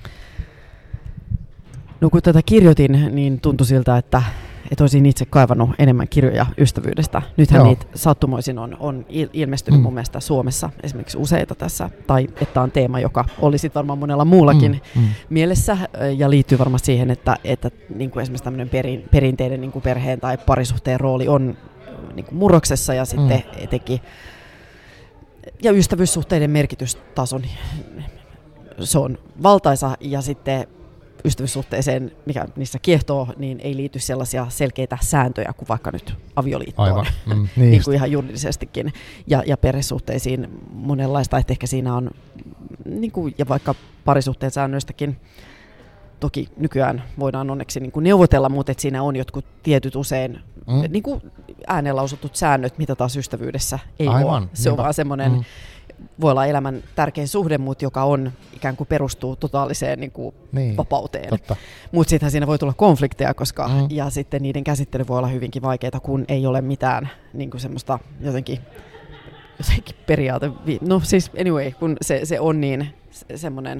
No kun tätä kirjoitin, niin tuntui siltä, että olisin itse kaivannut enemmän kirjoja ystävyydestä. Nythän niitä sattumoisin on ilmestynyt mun mielestä Suomessa esimerkiksi useita tässä, tai että on teema, joka oli sitten varmaan monella muullakin mielessä, ja liittyy varmaan siihen, että niin kuin esimerkiksi tämmöinen perinteinen niin kuin perheen tai parisuhteen rooli on niin kuin murroksessa, ja sitten etenkin, ja ystävyyssuhteiden merkitystaso, se on valtaisa, ja sitten ystävyyssuhteeseen, mikä niissä kiehtoo, niin ei liity sellaisia selkeitä sääntöjä kuin vaikka nyt avioliittoon, niin kuin ihan juridisestikin, ja perhesuhteisiin monenlaista, että ehkä siinä on, niin kuin, ja vaikka parisuhteen säännöistäkin, toki nykyään voidaan onneksi niin kuin neuvotella, mutta että siinä on jotkut tietyt usein niin kuin ääneen lausutut säännöt, mitä taas ystävyydessä ei ole. Se on vaan semmoinen, voi olla elämän tärkein suhde, mutta joka on ikään kuin perustuu totaaliseen niin kuin vapauteen. Mutta sittenhän siinä voi tulla konflikteja, koska ja sitten niiden käsittely voi olla hyvinkin vaikeaa, kun ei ole mitään niin kuin semmoista jotenkin periaate. No siis anyway, kun se on niin semmoinen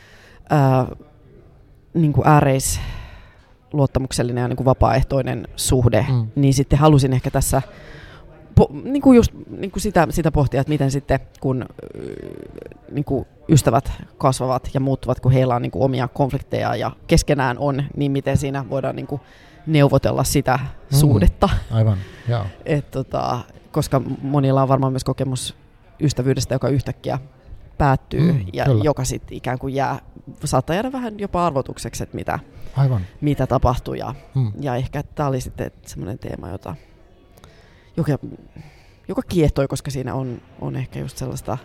niin kuin luottamuksellinen ja niin kuin vapaaehtoinen suhde, niin sitten halusin ehkä tässä niin kuin just niin kuin sitä pohtia, että miten sitten kun niin kuin ystävät kasvavat ja muuttuvat, kun heillä on niin kuin omia konflikteja ja keskenään on, niin miten siinä voidaan niin kuin neuvotella sitä suhdetta. Aivan, joo. Koska monilla on varmaan myös kokemus ystävyydestä, joka yhtäkkiä päättyy ja kyllä. Joka sitten ikään kuin saattaa jäädä vähän jopa arvotukseksi, että mitä tapahtuu. Ja ehkä tämä oli sitten semmoinen teema, joka kiehtoi, koska siinä on ehkä just sellaista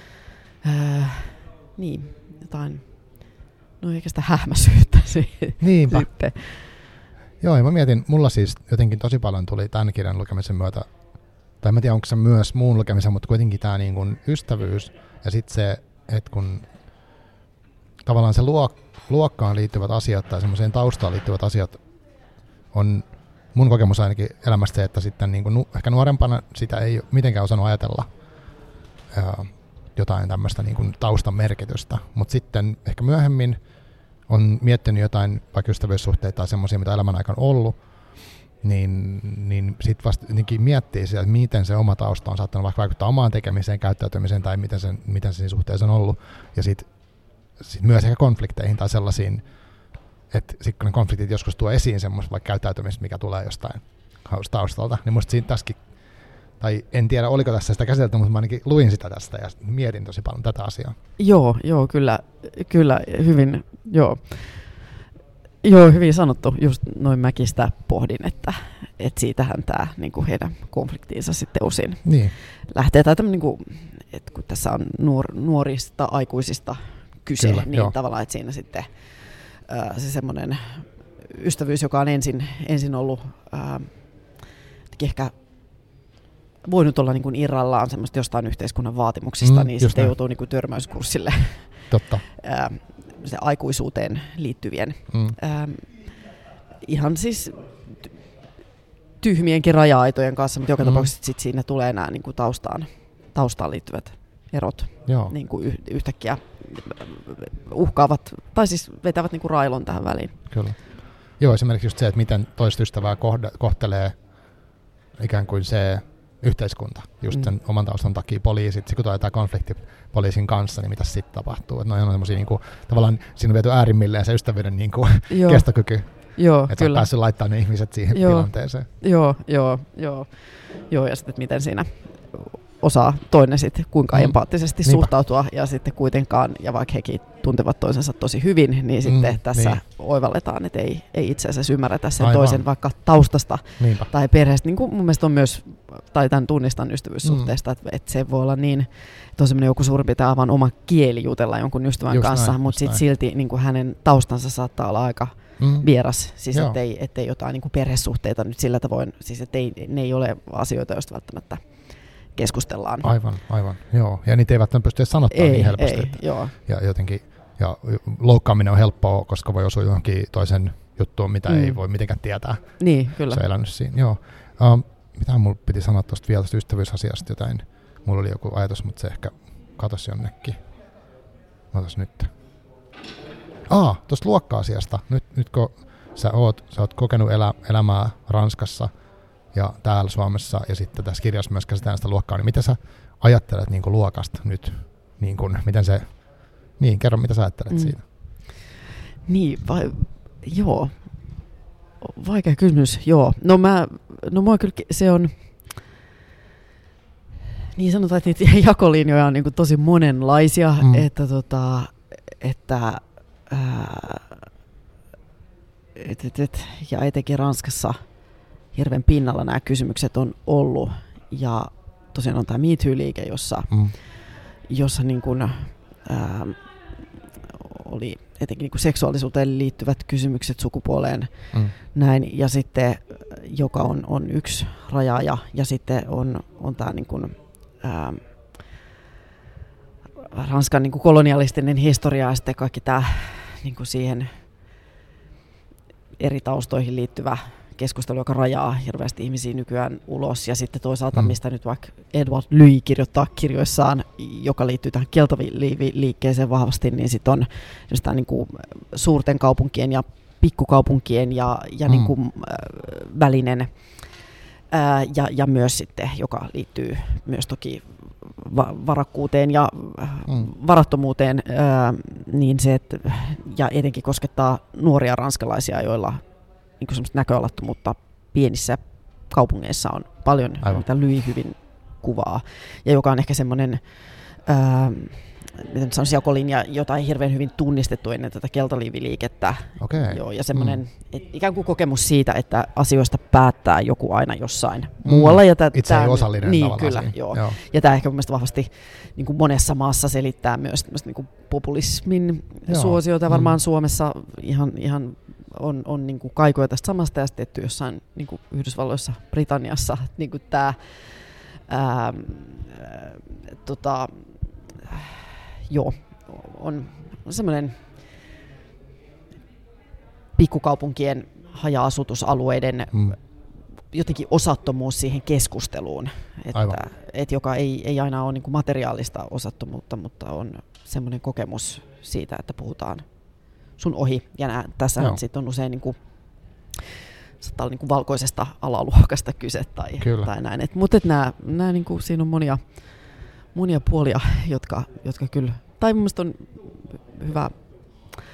jotain, no eikä sitä hähmäisyyttä Niinpä. sitten. Joo, ja mä mietin, mulla siis jotenkin tosi paljon tuli tämän kirjan lukemisen myötä, tai mä tiedän, onko se myös muun lukemisen, mutta kuitenkin tämä niin kuin ystävyys ja sitten se, että kun tavallaan se luokkaan liittyvät asiat tai semmoiseen taustaan liittyvät asiat on mun kokemus ainakin elämästä se, että sitten niin kuin ehkä nuorempana sitä ei mitenkään osannut ajatella jotain tämmöistä niin kuin taustan merkitystä, mutta sitten ehkä myöhemmin on miettinyt jotain vaikka ystävyyssuhteita tai semmoisia, mitä elämän aikana on ollut, niin sitten vasta jotenkin miettii sitä, että miten se oma tausta on saattanut vaikka vaikuttaa omaan tekemiseen, käyttäytymiseen tai miten se siinä suhteessa on ollut. Ja sitten myös ehkä konflikteihin tai sellaisiin, että sitten kun ne konfliktit joskus tuo esiin semmoista vaikka käyttäytymistä, mikä tulee jostain taustalta, niin musta siinä tässäkin tai en tiedä oliko tässä sitä käsitelty, mutta mä ainakin luin sitä tästä ja mietin tosi paljon tätä asiaa. Joo, kyllä hyvin, Joo, hyvin sanottu. Just noin mäkin sitä pohdin, että siitähän tämä niinku heidän konfliktiinsa sitten osin lähtee. Tai niinku, että kun tässä on nuorista aikuisista kyse, kyllä, niin tavallaan, että siinä sitten se semmoinen ystävyys, joka on ensin ollut ehkä voinut olla niin kuin irrallaan semmoista jostain yhteiskunnan vaatimuksista, niin sitten joutuu niin kuin törmäyskurssille. Totta. Se aikuisuuteen liittyvien ihan siis tyhmienkin raja-aitojen kanssa, mutta joka tapauksessa sit siinä tulee nämä niin kuin taustaan liittyvät erot niin kuin yhtäkkiä uhkaavat, tai siis vetävät niin kuin railon tähän väliin. Kyllä. Joo, esimerkiksi just se, että miten toista ystävää kohtelee ikään kuin se yhteiskunta, just sen oman taustan takia poliisit, kun tulee tämä konflikti poliisin kanssa, niin mitä sitten tapahtuu. Että ne on semmoisia, niin kuin, tavallaan siinä on viety äärimmilleen se ystävyyden niin kuin, kestokyky, että on päässyt laittamaan ne ihmiset siihen tilanteeseen. Joo, ja sitten miten siinä osaa toinen sitten kuinka empaattisesti suhtautua, ja sitten kuitenkaan, ja vaikka hekin tuntevat toisensa tosi hyvin, niin sitten tässä oivalletaan, että ei itse asiassa ymmärretä sen toisen vaikka taustasta tai perheestä. Niin kuin mun mielestä on myös, tai tämän tunnistan ystävyyssuhteesta, että se voi olla niin, että on semmoinen joku suurin piirtein aivan oma kieli jutella jonkun ystävän kanssa, mutta sitten silti niin kuin hänen taustansa saattaa olla aika vieras, siis ettei jotain niin kuin perhesuhteita nyt sillä tavoin, siis ettei ne ei ole asioita, joista välttämättä keskustellaan. Aivan, joo. Ja niitä ei välttämättä pysty sanottamaan niin helposti. Ja jotenkin, ja loukkaaminen on helppoa, koska voi osua johonkin toisen juttuun, mitä ei voi mitenkään tietää. Niin, kyllä. Se on elänyt siinä, joo. Mitähän mulla piti sanoa tuosta vielä tuosta ystävyysasiasta jotain. Mulla oli joku ajatus, mutta se ehkä katosi jonnekin. Otas nyt. Tuosta luokka-asiasta. Nyt kun sä oot kokenut elämää Ranskassa ja täällä Suomessa, ja sitten tässä kirjassa myös käsitellään sitä luokkaa, niin mitä sä ajattelet niin kuin luokasta nyt? Niin kuin, miten se, kerro mitä sä ajattelet siitä. Niin, joo. Vaikea kysymys, joo. No mua kyllä se on, niin sanotaan, että niitä jakolinjoja on niin kuin tosi monenlaisia, ja etenkin Ranskassa hirveän pinnalla nämä kysymykset on ollut, ja tosiaan on tämä Me Too-liike, jossa niin kuin, oli etenkin niin kuin seksuaalisuuteen liittyvät kysymykset, sukupuoleen, näin, ja sitten joka on yksi rajaaja, ja sitten on tämä niin kuin, Ranskan niin kuin kolonialistinen historia, ja sitten kaikki tämä niin kuin siihen eri taustoihin liittyvä keskustelu, joka rajaa hirveästi ihmisiä nykyään ulos, ja sitten toisaalta, mistä nyt vaikka Edward Louis kirjoittaa kirjoissaan, joka liittyy tähän kieltoliikkeeseen vahvasti, niin sitten on niin kuin suurten kaupunkien ja pikkukaupunkien ja niin kuin, välinen, ja myös sitten, joka liittyy myös toki varakkuuteen ja varattomuuteen, niin se, että, ja etenkin koskettaa nuoria ranskalaisia, joilla niin kuin semmoista näköalattomuutta pienissä kaupungeissa on paljon, mitä Louis hyvin kuvaa, ja joka on ehkä semmoinen jakolinja, jota ei hirveän hyvin tunnistettu ennen tätä keltaliiviliikettä. Joo, ja semmoinen ikään kuin kokemus siitä, että asioista päättää joku aina jossain muualla. Ja itse ei osallinen niin, tavallaan. Kyllä, joo. Ja tämä ehkä mielestäni vahvasti niin kuin monessa maassa selittää myös niin kuin populismin suosiota. Varmaan Suomessa ihan on niin kuin kaikuja tästä samasta, ja sitten jossain niin kuin Yhdysvalloissa, Britanniassa niin kuin tämä on semmoinen pikkukaupunkien haja-asutusalueiden jotenkin osattomuus siihen keskusteluun, että joka ei aina ole niin kuin materiaalista osattomuutta, mutta on semmoinen kokemus siitä, että puhutaan sun ohi. Ja tässähän sitten on usein niin kuin, saattaa olla niin kuin valkoisesta alaluokasta kyse tai näin. Mutta nämä niin kuin, siinä on monia puolia, jotka kyllä, tai mun mielestä on hyvä,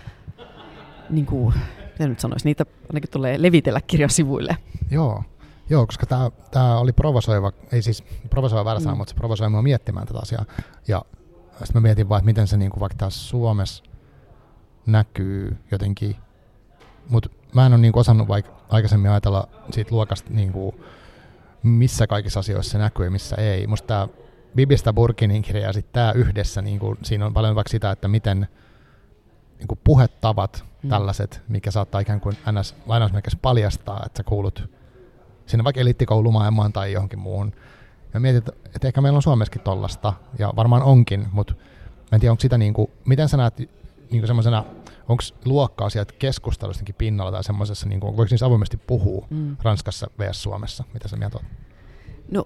niin kuin, miten nyt sanoisi, niitä ainakin tulee levitellä kirjan sivuille. Joo, Joo, koska tämä oli provosoiva, ei siis provosoiva väärä sana, mutta se provosoi minua miettimään tätä asiaa. Ja sitten mä mietin vaan, että miten se niinku vaikka täällä Suomessa näkyy jotenkin. Mutta mä en ole niinku osannut vaikka aikaisemmin ajatella siitä luokasta, niinku, missä kaikissa asioissa se näkyy ja missä ei. Musta tämä Bibistä Burkinin kirja ja sitten tämä yhdessä, niinku, siinä on paljon vaikka sitä, että miten niinku puhetavat tällaiset, mikä saattaa ikään kuin lainausmerkeissä paljastaa, että sä kuulut sinne vaikka eliittikoulumaailmaan tai johonkin muuhun. Ja mietit, että ehkä meillä on Suomessakin tollasta, ja varmaan onkin, mutta mä en tiedä, onko sitä niinku, miten sä näet niinku semmoisena, onko luokka-asiat keskustelustakin pinnalla tai semmoisessa, niinku, voiko niissä avoimesti puhua Ranskassa vs. Suomessa? Mitä sä mieltä oot? No,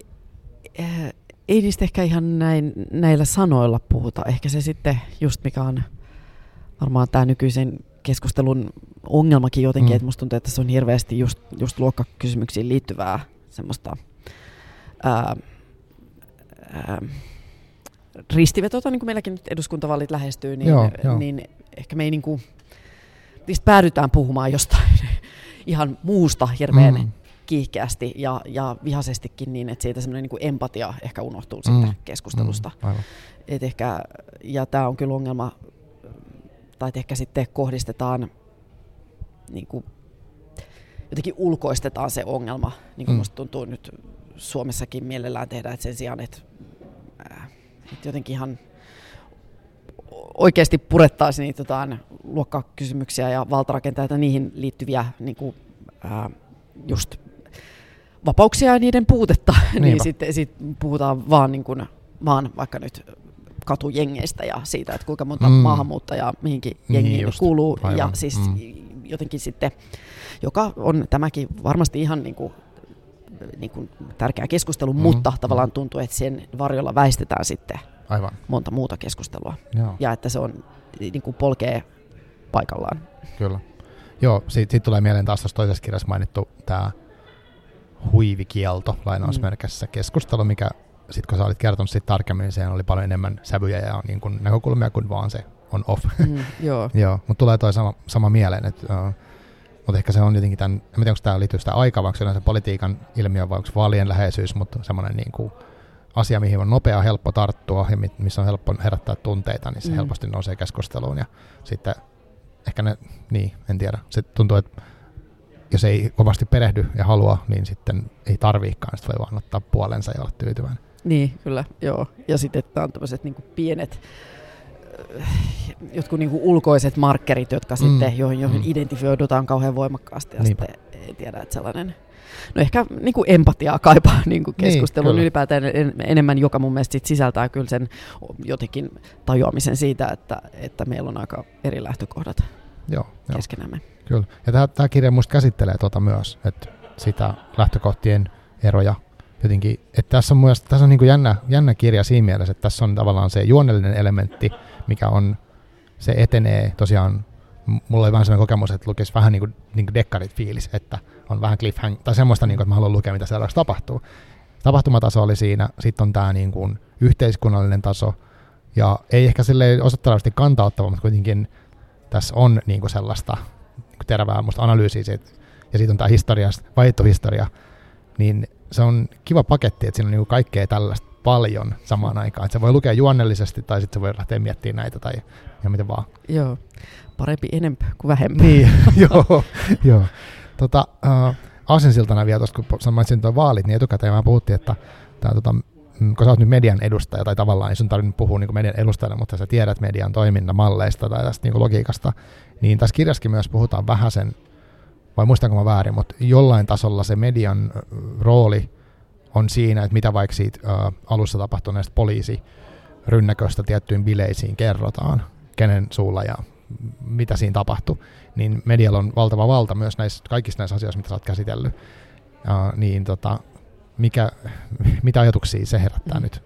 ei niistä ehkä ihan näillä sanoilla puhuta. Ehkä se sitten just mikä on varmaan tämä nykyisen keskustelun ongelmakin jotenkin, että musta tuntuu, että se on hirveästi just luokkakysymyksiin liittyvää semmoista ristivetota, niin kuin meilläkin nyt eduskuntavaalit lähestyy, niin ehkä me ei niin kuin, niistä päädytään puhumaan jostain ihan muusta hirveän kiihkeästi ja vihaisestikin niin, että siitä semmoinen niin kuin empatia ehkä unohtuu sitten keskustelusta. Et ehkä, ja tämä on kyllä ongelma, tai ehkä sitten kohdistetaan, niin kuin, jotenkin ulkoistetaan se ongelma, niin kuin musta tuntuu nyt Suomessakin mielellään tehdä, että sen sijaan, että jotenkin ihan oikeasti purettaisiin niitä luokkakysymyksiä ja valtarakenteita, niihin liittyviä niin kuin, just vapauksia ja niiden puutetta, niin sitten puhutaan vaan, niin kuin, vaan vaikka nyt katujengeistä ja siitä, että kuinka monta maahanmuuttajaa mihinkin jengiin kuuluu. Aivan. Ja siis jotenkin sitten, joka on tämäkin varmasti ihan niin kuin tärkeä keskustelu, mutta tavallaan tuntuu, että sen varjolla väistetään sitten monta muuta keskustelua. Joo. Ja että se on niin kuin polkee paikallaan. Kyllä. Joo, siitä tulee mieleen taas tuossa toisessa kirjassa mainittu tämä huivikielto lainausmerkissä keskustelu, mikä sitten kun sä olit kertonut siitä tarkemmin, niin siihen oli paljon enemmän sävyjä ja niin kuin näkökulmia kuin vaan se on off. Joo. Joo, mutta tulee toi sama mieleen, mutta ehkä se on jotenkin tämän, en tiedä, onko tämä liittyy sitä aikaa, vaikka yleensä politiikan ilmiö, vai onko vaalien läheisyys, mutta semmoinen niin kuin asia, mihin on nopea, helppo tarttua ja missä on helppo herättää tunteita, niin se helposti nousee keskusteluun ja sitten ehkä en tiedä, se tuntuu, että jos ei kovasti perehdy ja halua, niin sitten ei tarviikaan, sitten voi vaan ottaa puolensa ja olla tyytyväinen. Niin, kyllä, joo. Ja sitten tämä on tämmöiset niin kuin pienet, jotkut niin kuin ulkoiset markkerit, jotka sitten, joihin identifioidutaan kauhean voimakkaasti. Ja sitten ei tiedä, että sellainen, no ehkä niin kuin empatiaa kaipaa niin kuin keskustelun ylipäätään enemmän, joka mun mielestä sit sisältää kyllä sen jotenkin tajuamisen siitä, että meillä on aika eri lähtökohdat keskenämme. Kyllä. Ja tämä kirja musta käsittelee myös, että sitä lähtökohtien eroja jotenkin, että tässä on niin kuin jännä kirja siinä mielessä, että tässä on tavallaan se juonellinen elementti, mikä on, se etenee tosiaan, mulla oli vähän sellainen kokemus, että lukisi vähän niin kuin dekkarit fiilis, että on vähän cliffhanger, tai semmoista, niin kuin, että mä haluan lukea, mitä seuraavaksi tapahtuu. Tapahtumataso oli siinä, sitten on tämä niin kuin yhteiskunnallinen taso, ja ei ehkä silleen osoittavasti kantauttava, mutta kuitenkin tässä on niin kuin sellaista niin kuin terävää musta analyysiä siitä, ja siitä on tämä vaihdettu historia, niin se on kiva paketti, että siinä on niin kuin kaikkea tällaista paljon samaan aikaan. Että se voi lukea juonnellisesti tai sitten se voi lähteä miettimään näitä tai ja miten vaan. Joo, parempi enemmän kuin vähemmän. Niin, joo. Aasinsiltana vielä tuossa, kun mainitsin tuon vaalit, niin etukäteen mä puhuttiin, että kun sä oot nyt median edustaja tai tavallaan ei sun tarvinnut puhua niin median edustajana, mutta sä tiedät median toiminnan malleista tai tästä niin logiikasta, niin tässä kirjassakin myös puhutaan vähäsen, vai muistanko mä väärin, mutta jollain tasolla se median rooli on siinä, että mitä vaikka siitä alussa tapahtuneesta poliisirynnäköstä tiettyyn bileisiin kerrotaan, kenen suulla ja mitä siinä tapahtui, niin medialla on valtava valta myös kaikissa näissä asioissa, mitä sä oot käsitellyt. Niin mitä ajatuksia se herättää nyt?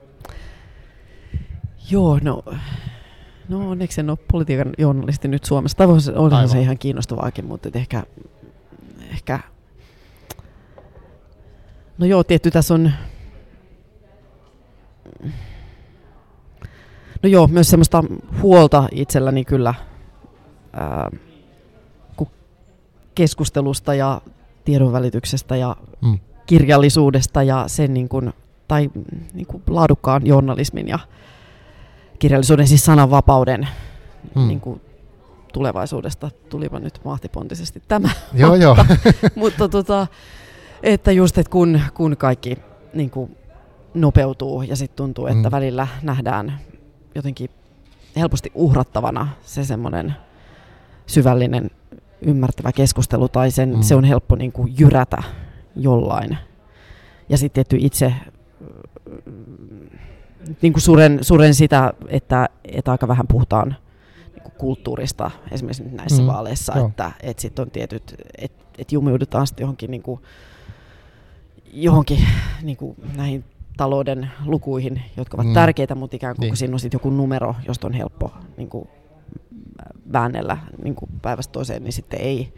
Joo, no onneksi en ole politiikan journalisti nyt Suomessa. Tai onhan se ihan kiinnostavaakin, mutta ehkä no joo, tietty tässä on no joo, myös semmoista huolta itselläni kyllä keskustelusta ja tiedonvälityksestä ja kirjallisuudesta ja sen niin kuin laadukkaan journalismin ja kirjallisuuden, siis sananvapauden niin kuin tulevaisuudesta. Tulipa nyt mahtipontisesti tämä. Joo. mutta että just, että kun kaikki niin kuin nopeutuu ja sitten tuntuu, että välillä nähdään jotenkin helposti uhrattavana se semmoinen syvällinen ymmärtävä keskustelu tai se on helppo niin kuin jyrätä jollain. Ja sitten tietty itse niin kuin suren sitä, että aika vähän puhutaan niin kuin kulttuurista esimerkiksi näissä vaaleissa, että sitten on tietyt, että jumiudutaan sitten johonkin niin kuin näihin talouden lukuihin, jotka ovat tärkeitä, mutta ikään kuin siinä on sitten joku numero, josta on helppo niin kuin väännellä niin kuin päivästä toiseen, niin sitten ei.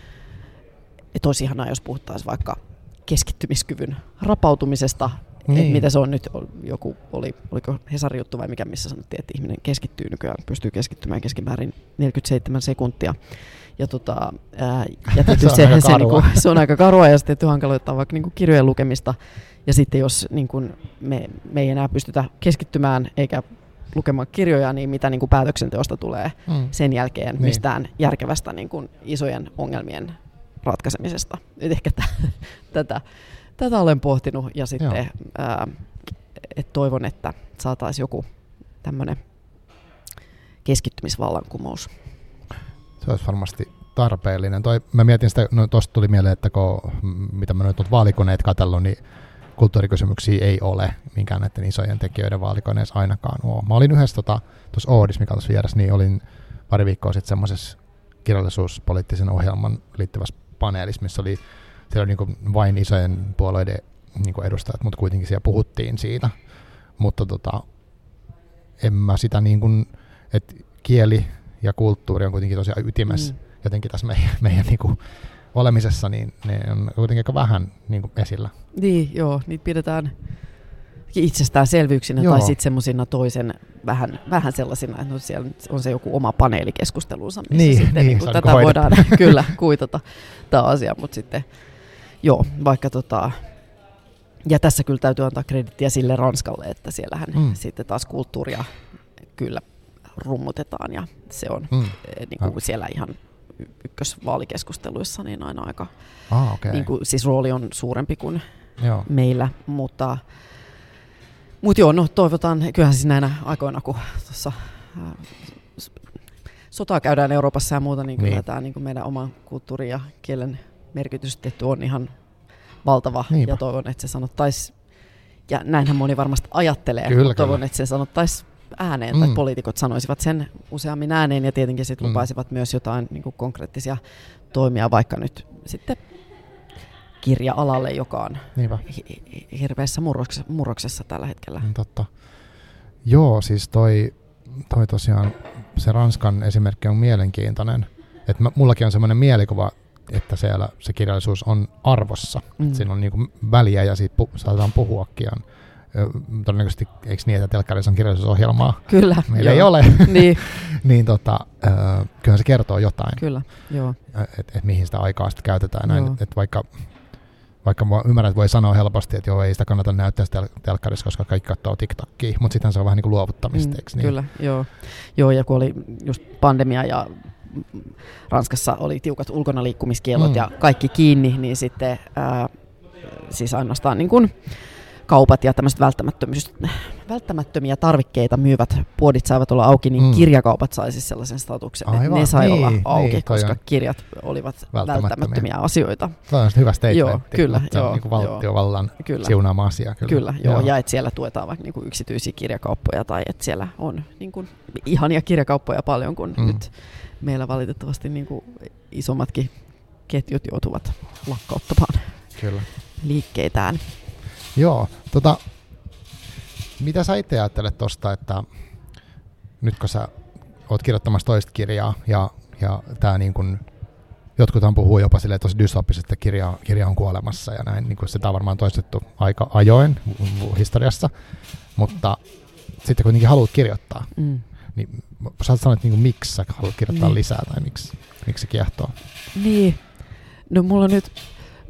Että olisi ihanaa, jos puhuttaisiin vaikka keskittymiskyvyn rapautumisesta, että mitä se on nyt, oliko Hesarin juttu vai mikä, missä sanottiin, että ihminen keskittyy nykyään, pystyy keskittymään keskimäärin 47 sekuntia. Ja tietysti se on aika karua ja sitten hankaloittaa vaikka niin kuin kirjojen lukemista. Ja sitten jos niin kuin me ei enää pystytä keskittymään eikä lukemaan kirjoja, niin mitä niin kuin päätöksenteosta tulee sen jälkeen mistään järkevästä niin kuin isojen ongelmien ratkaisemisesta. Nyt ehkä tätä olen pohtinut ja sitten toivon, että saataisiin joku tämmöinen keskittymisvallankumous. Se olisi varmasti tarpeellinen. Mä mietin sitä, tuosta tuli mieleen, että mitä mä nyt vaalikoneet katsellut, niin kulttuurikysymyksiä ei ole minkään näiden isojen tekijöiden vaalikoneessa ainakaan ole. Mä olin yhdessä tuossa Oodissa, mikä on tuossa vieressä, niin olin pari viikkoa sitten semmoisessa kirjallisuuspoliittisen ohjelman liittyvässä paneelissa, missä siellä oli niin vain isojen puolueiden niin edustajat, mutta kuitenkin siellä puhuttiin siitä. Mutta en mä sitä niin kuin, että kieli ja kulttuuri on kuitenkin tosiaan ytimessä jotenkin tässä meidän niin kuin olemisessa, niin ne on kuitenkin aika vähän niin kuin esillä. Niin, joo, niitä pidetään itsestäänselvyyksinä tai sitten semmoisina toisen vähän sellaisina, että siellä on se joku oma paneelikeskustelunsa, missä sitten niin tätä voidaan kyllä kuitata tämä asia, mutta sitten vaikka ja tässä kyllä täytyy antaa kredittiä sille Ranskalle, että siellähän sitten taas kulttuuria kyllä rummutetaan ja se on niin kuin siellä ihan ykkösvaalikeskusteluissa niin aina aika, niin kuin, siis rooli on suurempi kuin meillä, mutta toivotaan, kyllähän siis näinä aikoina, kun tuossa sotaa käydään Euroopassa ja muuta, niin kyllä tämä niin kuin meidän oman kulttuurin ja kielen merkitys on ihan valtava. Niinpä. Ja toivon, että se sanottaisiin, ja näinhän moni varmasti ajattelee, mutta toivon, että se sanottaisiin ääneen, tai poliitikot sanoisivat sen useammin ääneen, ja tietenkin sitten lupaisivat myös jotain niin kuin konkreettisia toimia, vaikka nyt sitten kirja-alalle, joka on hirveässä murroksessa tällä hetkellä. Totta. Joo, siis toi tosiaan, se Ranskan esimerkki on mielenkiintoinen. Että mullakin on semmoinen mielikuva, että siellä se kirjallisuus on arvossa. Siinä on niinku väliä ja siitä saatetaan puhuakin. Todennäköisesti, eikö niin, että telkkarissa on kirjallisuusohjelmaa? Kyllä. Meillä ei ole. Niin. Niin kyllähän se kertoo jotain. Kyllä, joo. Et mihin sitä aikaa sitten käytetään. Näin, et vaikka mä ymmärrän, että voi sanoa helposti, että ei sitä kannata näyttää sitä telkkarissa, koska kaikki katsoo TikTokia, mutta sitten se on vähän niin kuin luovuttamista, eikö niin? Kyllä, joo, ja kun oli just pandemia ja Ranskassa oli tiukat ulkonaliikkumiskielot ja kaikki kiinni, niin sitten siis ainoastaan niin kuin kaupat ja tämmöiset välttämättömiä tarvikkeita myyvät puodit saivat olla auki, niin kirjakaupat sai siis sellaisen statuksen, että ne sai olla auki, koska kirjat olivat välttämättömiä asioita. Tämä on hyvä statementti. Kyllä, se on niin valtiovallan siunaama asia. Kyllä, ja että siellä tuetaan vaikka niin kuin yksityisiä kirjakauppoja tai että siellä on niin kuin ihania kirjakauppoja paljon, kun nyt meillä valitettavasti niin kuin isommatkin ketjut joutuvat lakkauttamaan liikkeitään. Joo, mitä sä itse ajattelet tuosta, että nyt kun sä oot kirjoittamassa toista kirjaa ja tää niin kun, jotkuthan puhuu jopa silleen tosi dystopisesta, että kirja on kuolemassa ja näin, niin kun sitä on varmaan toistettu aika ajoin historiassa, mutta sitten kuitenkin haluat kirjoittaa, niin sä sanoit niin miksi sä haluat kirjoittaa lisää tai miksi se kiehtoo? Niin, no mulla nyt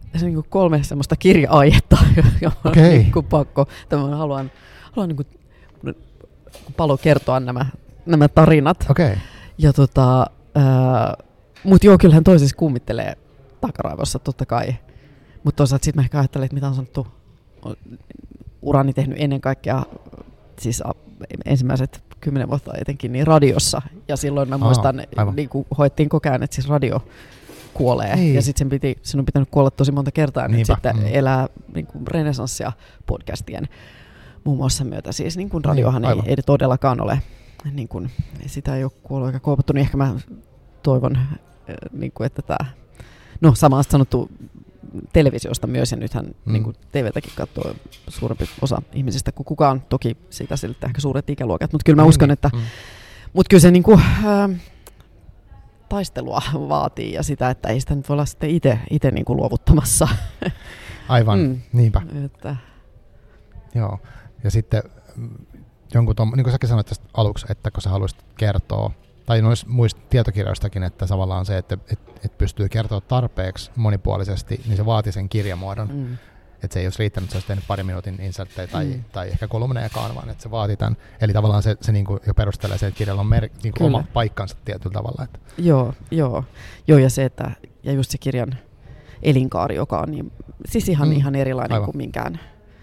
se on niin 3 semmoista kirja-aihetta, joilla on niin pakko. Haluan niin kuin palo kertoa nämä tarinat. Okay. Ja mutta joo, kyllähän toisessa kummittelee takaraivossa totta kai. Mutta toisaalta sitten mä ehkä ajattelen, että mitä on sanottu urani tehnyt ennen kaikkea, siis ensimmäiset 10 vuotta etenkin niin radiossa. Ja silloin mä muistan, niin kuin hoettiin koko ajan, että siis radio kuolee. Niin. Ja sitten sen on pitänyt kuolla tosi monta kertaa. Nyt sitten elää niin kuin renesanssia podcastien muun muassa myötä. Siis niin kuin radiohan ei todellakaan ole, niin kuin, sitä ei ole kuollut eikä kuopattu, niin ehkä mä toivon, niin kuin, että tämä, no samasta sanottu televisiosta myös, ja nythän niin kuin TVtäkin katsoo suurempi osa ihmisistä kuin kukaan, toki siitä siltä ehkä suuret ikäluokat, mutta kyllä mä uskon, että mutta kyllä se niin kuin, taistelua vaatii ja sitä, että ei sitä nyt voi olla sitten itse niin kuin luovuttamassa. Aivan, niinpä. Että. Joo, ja sitten jonkun niin kuin säkin sanoit tästä aluksi, että kun sä haluaisit kertoa, tai noissa muista tietokirjoistakin, että tavallaan se, että pystyy kertoa tarpeeksi monipuolisesti, niin se vaatii sen kirjamuodon. Että se ei olisi riittänyt, että se olisi tehnyt parin minuutin inserttejä tai ehkä kolumnejakaan, vaan että se vaatii tämän. Eli tavallaan se niin kuin jo perustelee sen, että kirjalla on niin kuin oma paikkansa tietyllä tavalla. Että. Joo, ja se, että ja just se kirjan elinkaari, joka on niin, siis ihan erilainen kuin minkään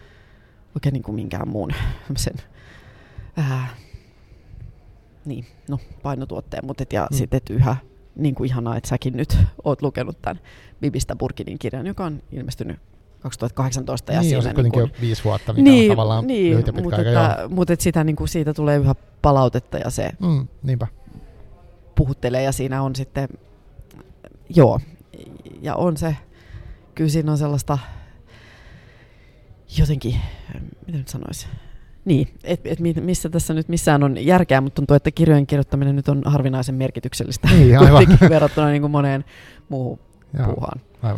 muun sen painotuotteen, mutta sitten yhä niin kuin ihanaa, että säkin nyt oot lukenut tämän Bibistä Burkinin kirjan, joka on ilmestynyt 2018. Ja niin, siinä on kuitenkin jo 5 vuotta, mikä on tavallaan lyhyt ja pitkä aika. Mutta sitä, niin kuin siitä tulee yhä palautetta ja se niinpä. Puhuttelee ja siinä on sitten, joo, ja on se, kyllä siinä on sellaista jotenkin, mitä nyt sanoisi, niin, missä tässä nyt missään on järkeä, mutta tuntuu, että kirjojen kirjoittaminen nyt on harvinaisen merkityksellistä verrattuna niin kuin moneen muuhun puuhaan. Aivan.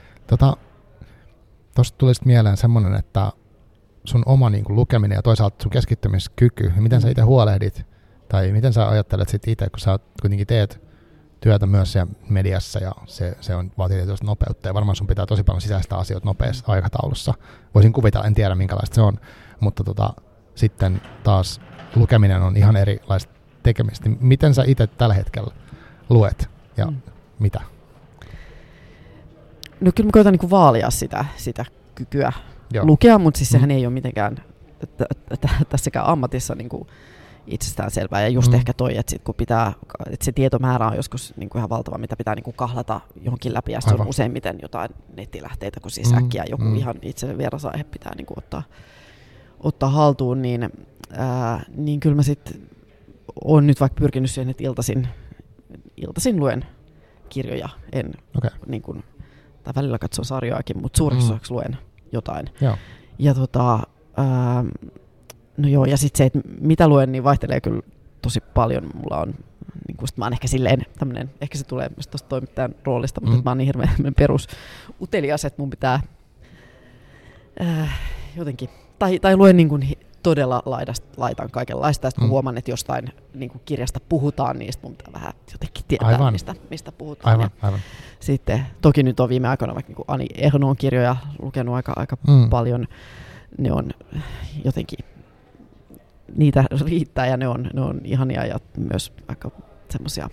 Tuosta tuli mieleen semmoinen, että sun oma niin kuin lukeminen ja toisaalta sun keskittymiskyky, miten sä itse huolehdit, tai miten sä ajattelet sit itse, kun sä kuitenkin teet työtä myös siellä mediassa ja se on vaatii tietysti nopeutta ja varmaan sun pitää tosi paljon sisäistä asioita nopeassa aikataulussa. Voisin kuvitella, en tiedä minkälaista se on, mutta sitten taas lukeminen on ihan erilaista tekemistä. Miten sä itse tällä hetkellä luet ja mitä? No kyllä mä koitan niin vaalia sitä kykyä lukea, mutta siis sehän ei ole mitenkään tässäkään ammatissa niin kuin itsestään selvää. Ja just ehkä toi, että sit kun pitää, että se tietomäärä on joskus niin kuin ihan valtava, mitä pitää niin kuin kahlata johonkin läpi, ja se on useimmiten jotain nettilähteitä, kun siis äkkiä joku ihan itse vieras aihe pitää niin kuin ottaa haltuun, niin kyllä mä sitten olen nyt vaikka pyrkinyt siihen, että iltaisin luen kirjoja, niin kuin, tai välillä katson sarjoakin, mutta suureksi osaksi luen jotain. Joo. Ja no joo, ja sitten se, että mitä luen, niin vaihtelee kyllä tosi paljon. Mulla on, niin kuin mä oon ehkä silleen tämmönen, ehkä se tulee myös tuosta toimittajan roolista, mutta mä oon niin hirveän perusutelias, että mun pitää jotenkin, tai luen niin kuin todella laitan kaikenlaista, ja sitten huomaan, että jostain niin kuin kirjasta puhutaan, niin sitten mun pitää vähän jotenkin tietää, mistä puhutaan. Aivan. Sitten, toki nyt on viime aikoina vaikka niin Ani Ernon kirjoja lukenut aika paljon. Ne on jotenkin, niitä riittää ja ne on ihania ja myös aika semmoisia,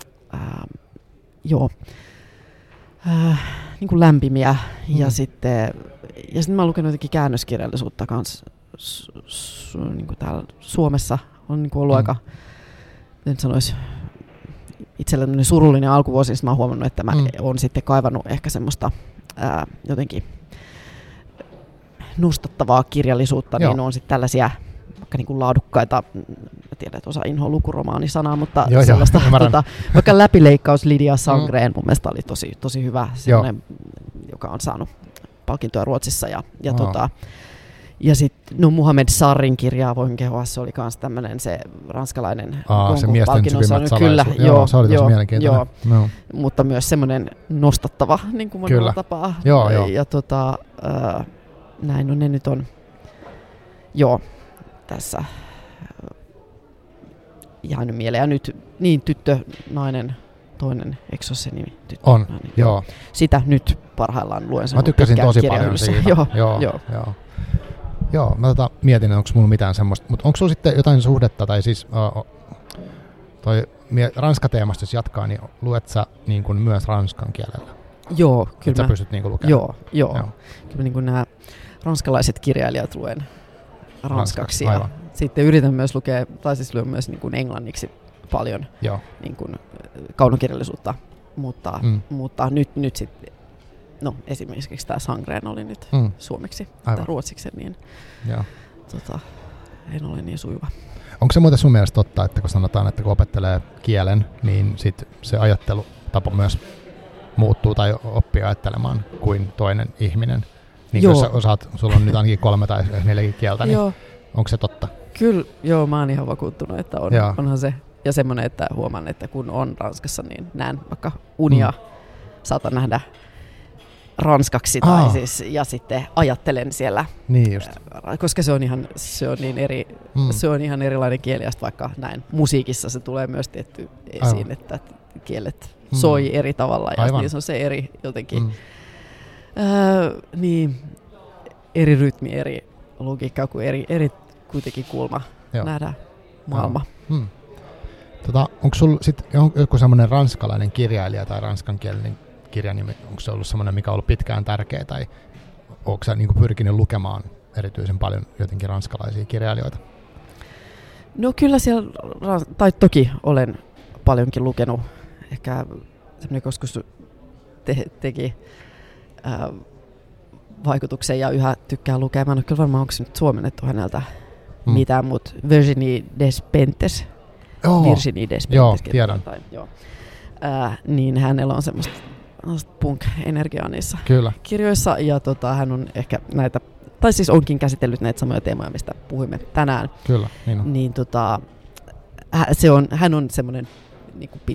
niin kuin lämpimiä. Ja sitten mä oon lukenut jotenkin käännöskirjallisuutta kanssa. Niin kuin täällä Suomessa on niin kuin ollut aika, miten sanoisi, itselleni surullinen alkuvuosi, mä oon huomannut, että mä oon sitten kaivannut ehkä semmoista jotenkin nostattavaa kirjallisuutta, niin on sitten tällaisia vaikka niin kuin laadukkaita, mä tiedän, että osa inhoa lukuromaanisanaa, mutta sellaista vaikka Läpileikkaus Lydia Sangreen mun mielestä oli tosi hyvä, sellainen, joka on saanut palkintoa Ruotsissa ja sitten Muhammed Sarrin kirjaa voin kehua, se oli myös tämmöinen se ranskalainen se miesten syvimmät salaisuudet. Joo, se oli tosi mielenkiintoinen. Joo. Mutta myös semmoinen nostattava niin kuin monella tapaa. Joo. Ja näin ne nyt on tässä jäänyt mieleen. Ja nyt niin tyttö, nainen, toinen, eikö se ole se nimi? Tyttö, nainen. Joo. Sitä nyt parhaillaan luen sen. Mä tykkäsin tosi paljon siitä. Joo, mä mietin, onko mulla mitään semmoista, mutta onko sulla sitten jotain suhdetta, tai siis Ranska-teemasta jos jatkaa, niin luet sä niin kuin myös ranskan kielellä? Joo, kyllä. Sä pystyt niin kuin lukemaan? Joo. Kyllä niin kuin nämä ranskalaiset kirjailijat luen ranskaksi. Ja sitten yritän myös lukea, tai siis luen myös niin kuin englanniksi paljon niin kuin kaunokirjallisuutta, mutta nyt sitten, no esimerkiksi tämä Sangreen oli nyt suomeksi tai ruotsiksi, niin en ole niin sujuva. Onko se muuten sun mielestä totta, että kun sanotaan, että kun opettelee kielen, niin sit se ajattelutapa myös muuttuu tai oppii ajattelemaan kuin toinen ihminen? Niin jos sä osaat, sulla on nyt ainakin 3 tai 4 kieltä, niin onko se totta? Kyllä, mä oon ihan vakuuttunut, että onhan se. Ja semmoinen, että huomaan, että kun on Ranskassa, niin näen vaikka unia, saatan nähdä ranskaksi tai siis, ja sitten ajattelen siellä, niin just. Koska se on ihan erilainen kieli, ja vaikka näin musiikissa se tulee myös tietty esiin, että kielet soi eri tavalla, ja niin se on se eri jotenkin, niin eri rytmi, eri logiikka, kuin eri kuitenkin kulma nähdään maailma. Onko sulla sitten joku semmoinen ranskalainen kirjailija tai ranskankielinen kirja, niin onko se ollut semmoinen, mikä on ollut pitkään tärkeä, tai onko sä niinku pyrkinyt lukemaan erityisen paljon jotenkin ranskalaisia kirjailijoita? No kyllä siellä, tai toki olen paljonkin lukenut. Ehkä semmoinen joskus teki vaikutuksen ja yhä tykkää lukea. Mä en ole kyllä varmaan, onko se nyt suomennettu häneltä mitään, mutta Virginie Despentes. Virginie Despentes. Joo, tiedän. Niin hänellä on semmoista punk-energiaa niissä kirjoissa, ja hän on ehkä näitä, tai siis onkin käsitellyt näitä samoja teemoja, mistä puhuimme tänään. Kyllä, niin on. Niin hän on semmoinen niin kuin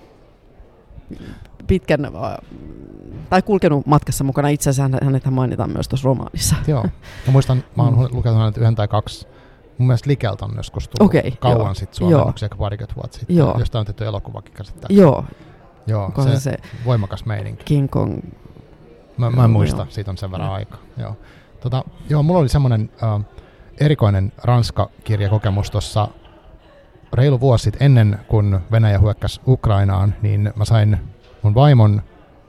pitkän tai kulkenut matkassa mukana. Itse asiassa hänethän mainitaan myös tuossa romaanissa. Joo, mä muistan, mä oon lukenut hänet 1 tai 2. Mun mielestä Likeltä on joskus tullut kauan sitten suomennoksi, ehkä parikymmentä vuotta sitten. Jostain on tehty elokuvakin käsittääkseni. Joo, se voimakas meininki. King Kong. Mä en muista, siitä on sen verran aikaa. Mulla oli semmoinen erikoinen Ranska-kirjakokemus tuossa reilu vuosi sitten ennen kuin Venäjä hyökkäsi Ukrainaan, niin mä sain mun vaimon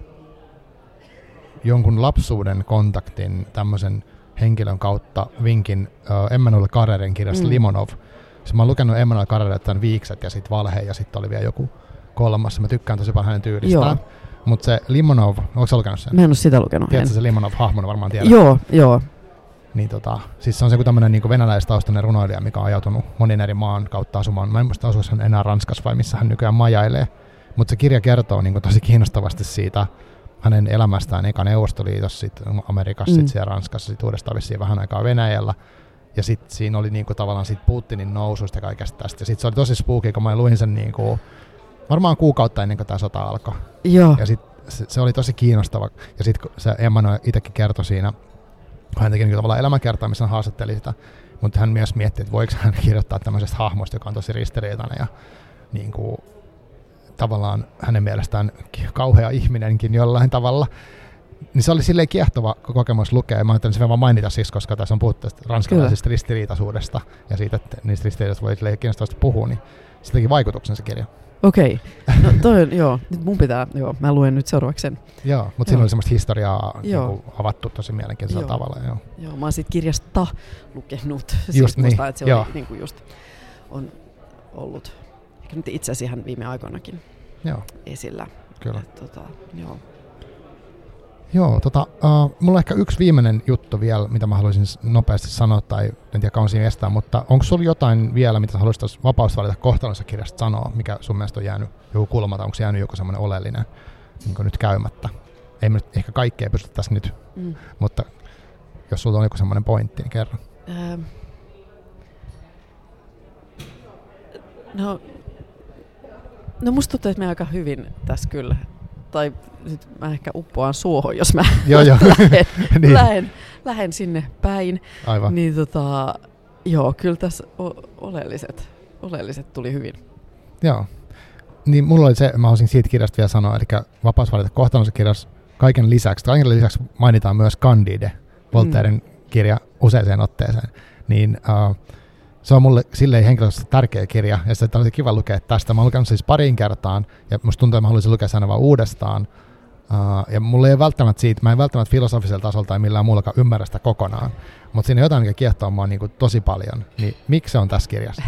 jonkun lapsuuden kontaktin tämmöisen henkilön kautta vinkin Emmanuel Carreren kirjasta Limonov. Mä oon lukenut Emmanuel Carreren tämän Viikset ja sitten Valhe ja sitten oli vielä joku 3. Mä tykkään tosi paljon hänen tyylistään. Mutta se Limonov, onko sä lukenut sen? Mä en ole sitä lukenut. Tiedätkö se Limonov-hahmon varmaan tiedät? Joo. Niin siis se on se tämmöinen niin venäläistaustainen runoilija, mikä on ajautunut monin eri maan kautta asumaan. Mä en muista asuisi hän enää Ranskassa vai missä hän nykyään majailee. Mutta se kirja kertoo niin tosi kiinnostavasti siitä hänen elämästään eka Neuvostoliitossa, sitten Amerikassa, sitten siellä Ranskassa, sitten uudestaan vissiin vähän aikaa Venäjällä. Ja sitten siinä oli niinku tavallaan siitä Putinin noususta ja kaikesta tästä. Ja sitten se oli tosi spooky, kun mä luin sen niinku varmaan kuukautta ennen kuin tämä sota alkoi. Joo. Ja sitten se oli tosi kiinnostava. Ja sitten se Emmanuel itsekin kertoi siinä, hän teki niinku tavallaan elämäkertaa, missä hän haastatteli sitä. Mutta hän myös mietti, että voiko hän kirjoittaa tämmöisestä hahmosta, joka on tosi ristiriitainen ja niinku, tavallaan hänen mielestään kauhea ihminenkin jollain tavalla. Niin se oli silleen kiehtova kokemus lukea. Mä ajattelin sen vaan mainita siis, koska tässä on puhuttu tästä ranskalaisesta ristiriitaisuudesta ja siitä, että niistä ristiriitaisuudesta voi silleen kiinnostavasti puhua, niin se teki vaikutuksen se kirja. Okei. No toi on, nyt mun pitää, mä luen nyt seuraavaksi sen. Joo, mutta siinä oli semmoista historiaa avattu tosi mielenkiintoisella tavalla. Joo, mä oon siitä kirjasta lukenut. Just siis musta, että se oli niinku just on ollut, ehkä nyt itse asiassa ihan viime aikoinakin esillä. Kyllä. Joo, mulla on ehkä yksi viimeinen juttu vielä, mitä mä haluaisin nopeasti sanoa, tai en tiedä kauan siinä estää, mutta onko sulla jotain vielä, mitä sä haluaisit Vapaus valita kohtalonsa kirjasta sanoa, mikä sun mielestä on jäänyt joku kulma, tai onko jäänyt joku semmoinen oleellinen niin nyt käymättä? Ei me nyt ehkä kaikkea pystytä tässä nyt, mutta jos sulla on joku semmoinen pointti, niin kerro. No musta tuntuu, että me aika hyvin tässä kyllä. Tai nyt mä ehkä uppoan suohon, jos mä lähden sinne päin. Aivan. Niin kyllä tässä oleelliset tuli hyvin. Joo. Niin mulla oli se, mä haluaisin siitä kirjasta vielä sanoa, eli Vapaus valita kohtalonsa kirjassa kaiken lisäksi mainitaan myös Candide, Voltairen kirja useaseen otteeseen, niin se on mulle silleen henkilökohtaisesti tärkeä kirja, ja se olisi kiva lukea tästä. Mä oon lukenut siis pariin kertaan, ja musta tuntuu, että mä haluaisin lukea sen aina vaan uudestaan. Ja mulla ei välttämättä siitä, mä en välttämättä filosofisella tasolla tai millään muullakaan ymmärrä sitä kokonaan, mutta siinä on jotain, mikä kiehtoo mua niin kuin tosi paljon. Niin miksi se on tässä kirjassa?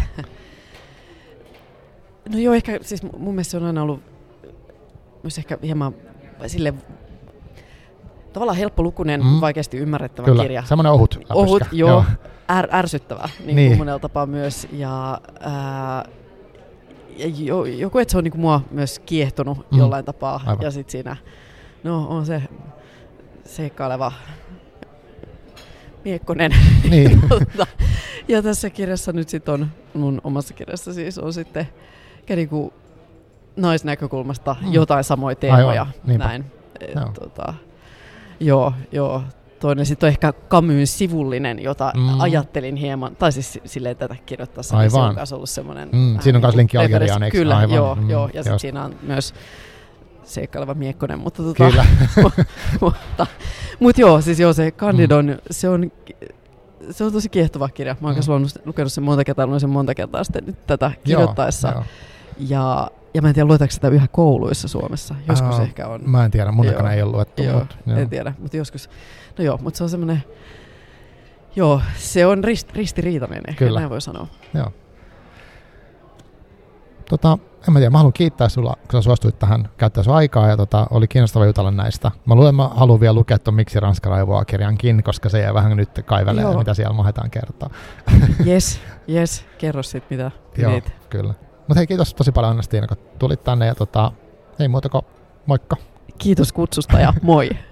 No joo, ehkä siis mun mielestä se on aina ollut myös ehkä hieman sille tavallaan helppolukuinen, vaikeasti ymmärrettävä Kyllä, kirja. semmoinen ohut. Ohut, joo. Ärsyttävä, niin kuin monella tapaa myös. Ja joku, että se on niin kuin mua myös kiehtonut jollain tapaa. Aivan. Ja sitten siinä, no on se seikkaileva miekkonen. Niin. Ja tässä kirjassa nyt sitten on, mun omassa kirjassa siis on sitten niin kuin naisnäkökulmasta jotain samoja teemoja. Näin. Joo. Toinen sitten on ehkä Camusin sivullinen, jota ajattelin hieman, tai siis silleen tätä kirjoittaessa, niin se on myös ollut semmoinen... Siinä on myös linkki Algeriaan, eikö? Kyllä, joo. Ja sitten siinä on myös seikkaileva miekkonen, mutta Kyllä. mutta joo, siis joo, se Candidon, se on tosi kiehtova kirja. Mä oon lukenut sen monta kertaa sitten nyt tätä kirjoittaessa. Joo. Ja mä en tiedä, luetaanko sitä yhä kouluissa Suomessa. Joskus ehkä on. Mä en tiedä, mun aikana ei ole luettu. En tiedä, mutta joskus. No joo, mutta se on semmoinen, se on ristiriitainen ehkä, näin voi sanoa. Joo. En mä tiedä, mä haluan kiittää sulla, kun sä suostuit tähän käyttää sun aikaa, ja oli kiinnostava jutella näistä. Mä luulen, mä haluan vielä lukea ton Miksi Ranska raivoaa -kirjankin, koska se jää vähän nyt kaivelee, mitä siellä mahdetaan kertoa. Yes, kerro sit mitä Joo, kyllä. Mutta hei, kiitos tosi paljon Anna-Stiina, kun tulit tänne, ja ei muuta kuin moikka. Kiitos kutsusta ja moi.